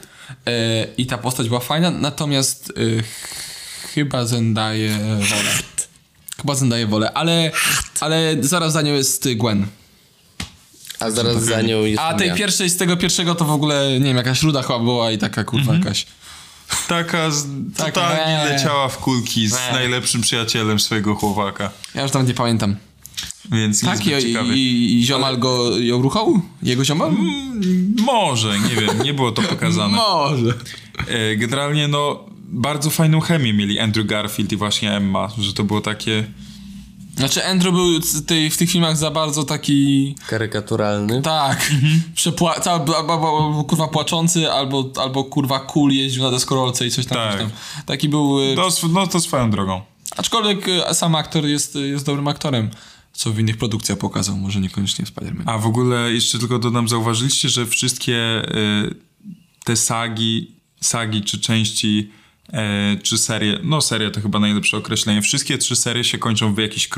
I ta postać była fajna, natomiast chyba Zendaję wolę. Ale zaraz za nią jest Gwen. A zaraz za nią jest A tej ja. pierwszej, z tego pierwszego to w ogóle, nie wiem, jakaś ruda chyba była i taka kurwa jakaś. Taka totalnie leciała w kulki z najlepszym przyjacielem swojego chłopaka. Ja już nawet nie pamiętam. Więc Tak, niezbyt ciekawie. i ziomal ją ruchał? Jego ziomal? Może, nie wiem, nie było to pokazane. Może. Generalnie, bardzo fajną chemię mieli Andrew Garfield i właśnie Emma, że to było takie... Znaczy Andrew był w tych filmach za bardzo taki... Karykaturalny. Tak. Albo kurwa płaczący, albo kurwa cool jeździł na deskorolce i coś tam. Tak. Coś tam. Taki był... To swoją drogą. Aczkolwiek sam aktor jest dobrym aktorem. Co w innych produkcjach pokazał, może niekoniecznie w Spider-Man. A w ogóle jeszcze tylko dodam, zauważyliście, że wszystkie te sagi czy części czy serie, seria to chyba najlepsze określenie, wszystkie 3 serie się kończą w jakiś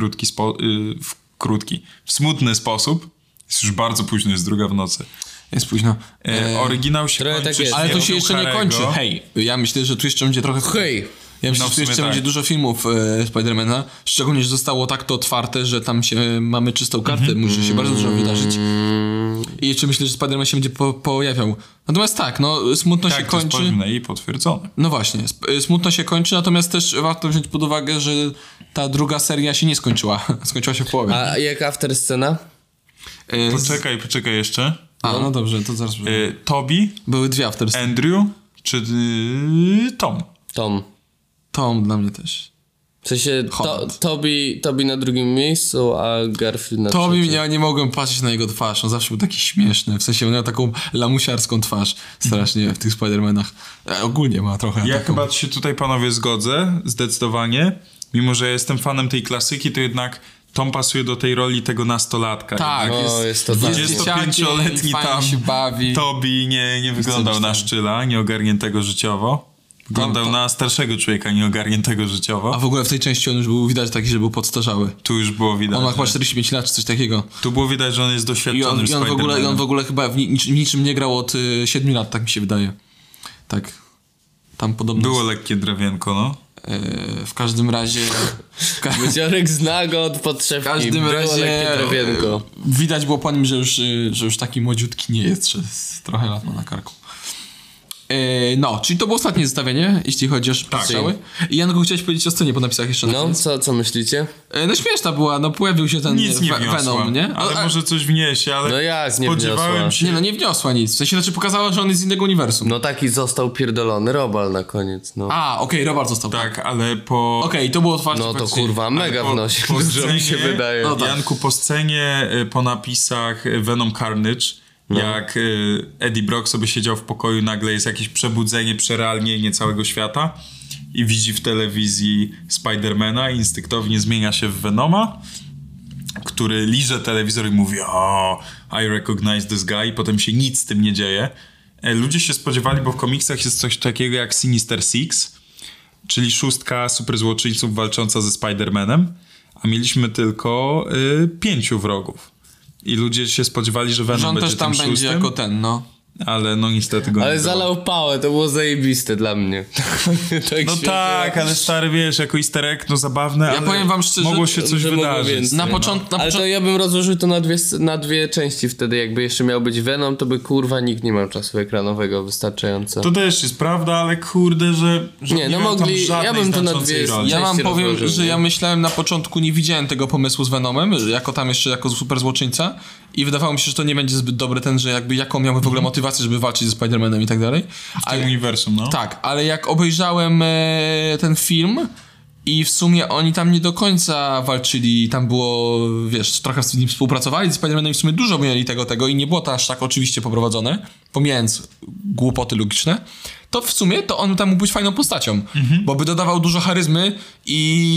w smutny sposób. Jest już bardzo późno, jest 2 w nocy. Jest późno. Oryginał się trochę kończy tak jest. Ale to się jeszcze nie Karego. kończy. Hej, ja myślę, że tu jeszcze będzie trochę... Hej! Ja myślę, w że tu sumie jeszcze tak. będzie dużo filmów Spidermana. Szczególnie, że zostało tak to otwarte, że tam mamy czystą kartę. Musi się bardzo dużo wydarzyć. I jeszcze myślę, że Spider-Man się będzie pojawiał. Natomiast tak, smutno się Tak, to jest kończy. pewne i potwierdzone. No właśnie, smutno się kończy, natomiast też warto wziąć pod uwagę, że ta druga seria się nie skończyła. Skończyła się w połowie. A jak after scena? Poczekaj jeszcze. No dobrze, to zaraz... Toby, Były 2 after. Andrew czy Tom? Tom dla mnie też. W sensie Holland. Toby na drugim miejscu, a Garfield na trzecim. Ja nie mogłem patrzeć na jego twarz, on zawsze był taki śmieszny, w sensie on miał taką lamusiarską twarz strasznie w tych Spider-Manach. Ogólnie ma trochę Ja taką... chyba się tutaj, panowie, zgodzę, zdecydowanie. Mimo, że ja jestem fanem tej klasyki, to jednak Tom pasuje do tej roli tego nastolatka. Tak, jest to tak. 25-letni fajnie tam się bawi. Toby nie wyglądał na szczyla, nieogarniętego życiowo. Wyglądał na starszego człowieka, nieogarniętego życiowo. A w ogóle w tej części on już był widać taki, że był podstarzały. Tu już było widać. On ma chyba że- 45 lat czy coś takiego. Tu było widać, że on jest I doświadczonym on w ogóle chyba w niczym nie grał od 7 lat, tak mi się wydaje. Tak. Tam podobno... Było lekkie drewienko, no. W każdym razie... Wyciorek zna go od podszewki. W każdym Było razie lekkie drewienko. widać było po nim, że już taki młodziutki nie jest, że trochę lat ma na karku. Czyli to było ostatnie zestawienie, jeśli chodzi o szybkie strzały. I Janku, chciałeś powiedzieć o scenie po napisach jeszcze na No, koniec? co myślicie? Śmieszna była, pojawił się ten Nic nie wniosła. Venom, nie? Ale może coś wniesie, ale No jak nie spodziewałem wniosła? się... Nie wniosła nic. W sensie, pokazała, że on jest z innego uniwersum. No taki został pierdolony Robal na koniec, no. Okej, Robert został. Tak, ale po... Okej, to było otwarte. No to faktycznie. kurwa, mega po- wnosi, po dużo mi się scenie- wydaje. No tak. Janku, po scenie, po napisach Venom Carnage, jak Eddie Brock sobie siedział w pokoju, nagle jest jakieś przebudzenie, przerealnienie całego świata i widzi w telewizji Spidermana i instynktownie zmienia się w Venoma, który liże telewizor i mówi I recognize this guy, i potem się nic z tym nie dzieje. Ludzie się spodziewali, bo w komiksach jest coś takiego jak Sinister Six, czyli 6 superzłoczyńców walcząca ze Spider-Manem, a mieliśmy tylko 5 wrogów. I ludzie się spodziewali, że Venom Że on będzie też tam tym będzie 6, jako ten, ale niestety go nie Ale było. zalał pałę, to było zajebiste dla mnie. Tak No świetnie. tak, ale stary, wiesz, jako easter egg, zabawne, ale powiem wam szczerze, mogło się coś że mogło wydarzyć. więcej. Na No. początku... Ale to ja bym rozłożył to na dwie części wtedy, jakby jeszcze miał być Venom, to by kurwa nikt nie miał czasu ekranowego wystarczająco. To też jest prawda, ale kurde, że Nie, no miał tam mogli- żadnej ja bym to na znaczącej dwie- roli. Ja wam części powiem, rozłożył, że nie? ja myślałem na początku, nie widziałem tego pomysłu z Venomem, że jako tam jeszcze jako super złoczyńca i wydawało mi się, że to nie będzie zbyt dobre ten, że jakby jaką miałby w ogóle motywację, żeby walczyć ze Spider-Manem i tak dalej. w tym uniwersum, no. Tak, ale jak obejrzałem ten film i w sumie oni tam nie do końca walczyli, tam było, wiesz, trochę z nim współpracowali z Spider-Manem i w sumie dużo mieli tego i nie było to aż tak oczywiście poprowadzone, pomijając głupoty logiczne, to w sumie to on tam mógł być fajną postacią, bo by dodawał dużo charyzmy i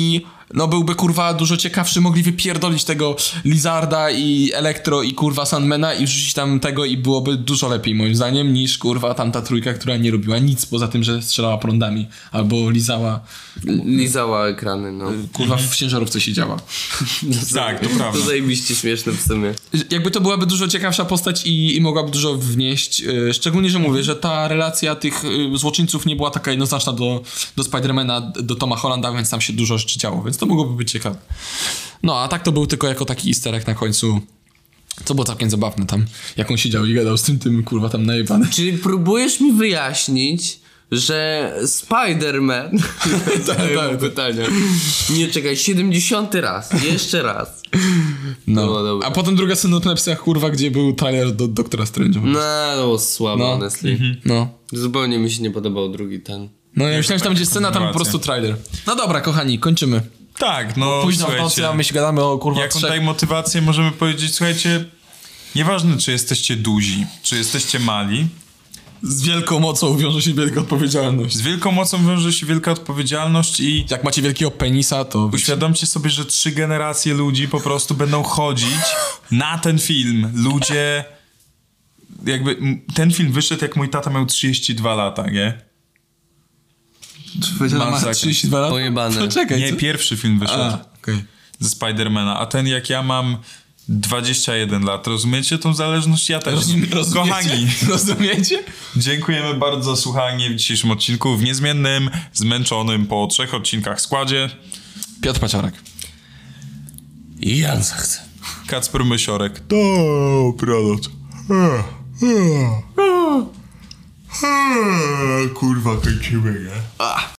no byłby kurwa dużo ciekawszy, mogli wypierdolić tego Lizarda i Elektro i kurwa Sandmana i wrzucić tam tego i byłoby dużo lepiej moim zdaniem niż kurwa tamta trójka, która nie robiła nic poza tym, że strzelała prądami albo Lizała ekrany, no. kurwa w ciężarówce siedziała. Tak, to prawda. To zajebiście śmieszne w sumie. Jakby to byłaby dużo ciekawsza postać i mogłaby dużo wnieść, szczególnie, że mówię, że ta relacja tych złoczyńców nie była taka jednoznaczna do Spidermana, do Toma Hollanda, więc tam się dużo rzeczy działo, więc to mogłoby być ciekawe. No, a tak to był tylko jako taki easter egg na końcu, co było całkiem zabawne tam, jak on siedział i gadał z tym kurwa tam najebany. Czyli próbujesz mi wyjaśnić, że Spider-Man... tak. pytanie. Nie, czekaj, 70 raz. Jeszcze raz. No, dobra. a potem druga scena na napisach kurwa, gdzie był trailer do Doktora Strange'a. No, to było słabe, No. honestly. No. Zupełnie mi się nie podobał drugi ten. No ja myślałem, że tam będzie scena, tam po prostu trailer. No dobra, kochani, kończymy. Tak, no Późno w nocy, a my się gadamy o kurwa jaką trzech... tutaj motywację możemy powiedzieć, słuchajcie, nieważne czy jesteście duzi, czy jesteście mali, Z wielką mocą wiąże się wielka odpowiedzialność. z wielką mocą wiąże się wielka odpowiedzialność i Jak macie wielkiego penisa, to... uświadomcie sobie, że 3 generacje ludzi po prostu będą chodzić na ten film. Ludzie... Jakby ten film wyszedł, jak mój tata miał 32 lata, nie? Ma Masakra. 32 lat? Pojebane. To czekaj, Nie, co? pierwszy film wyszedł A, okej. ze Spidermana, a ten jak ja mam 21 lat. Rozumiecie tą zależność? Ja też. Kochani, Rozumiecie? dziękujemy bardzo za słuchanie w dzisiejszym odcinku w niezmiennym, zmęczonym po 3 odcinkach składzie. Piotr Paciorek. I Jan zachce. Kacper Mysiorek. Dobranoc. Kurwa, kończymy, nie?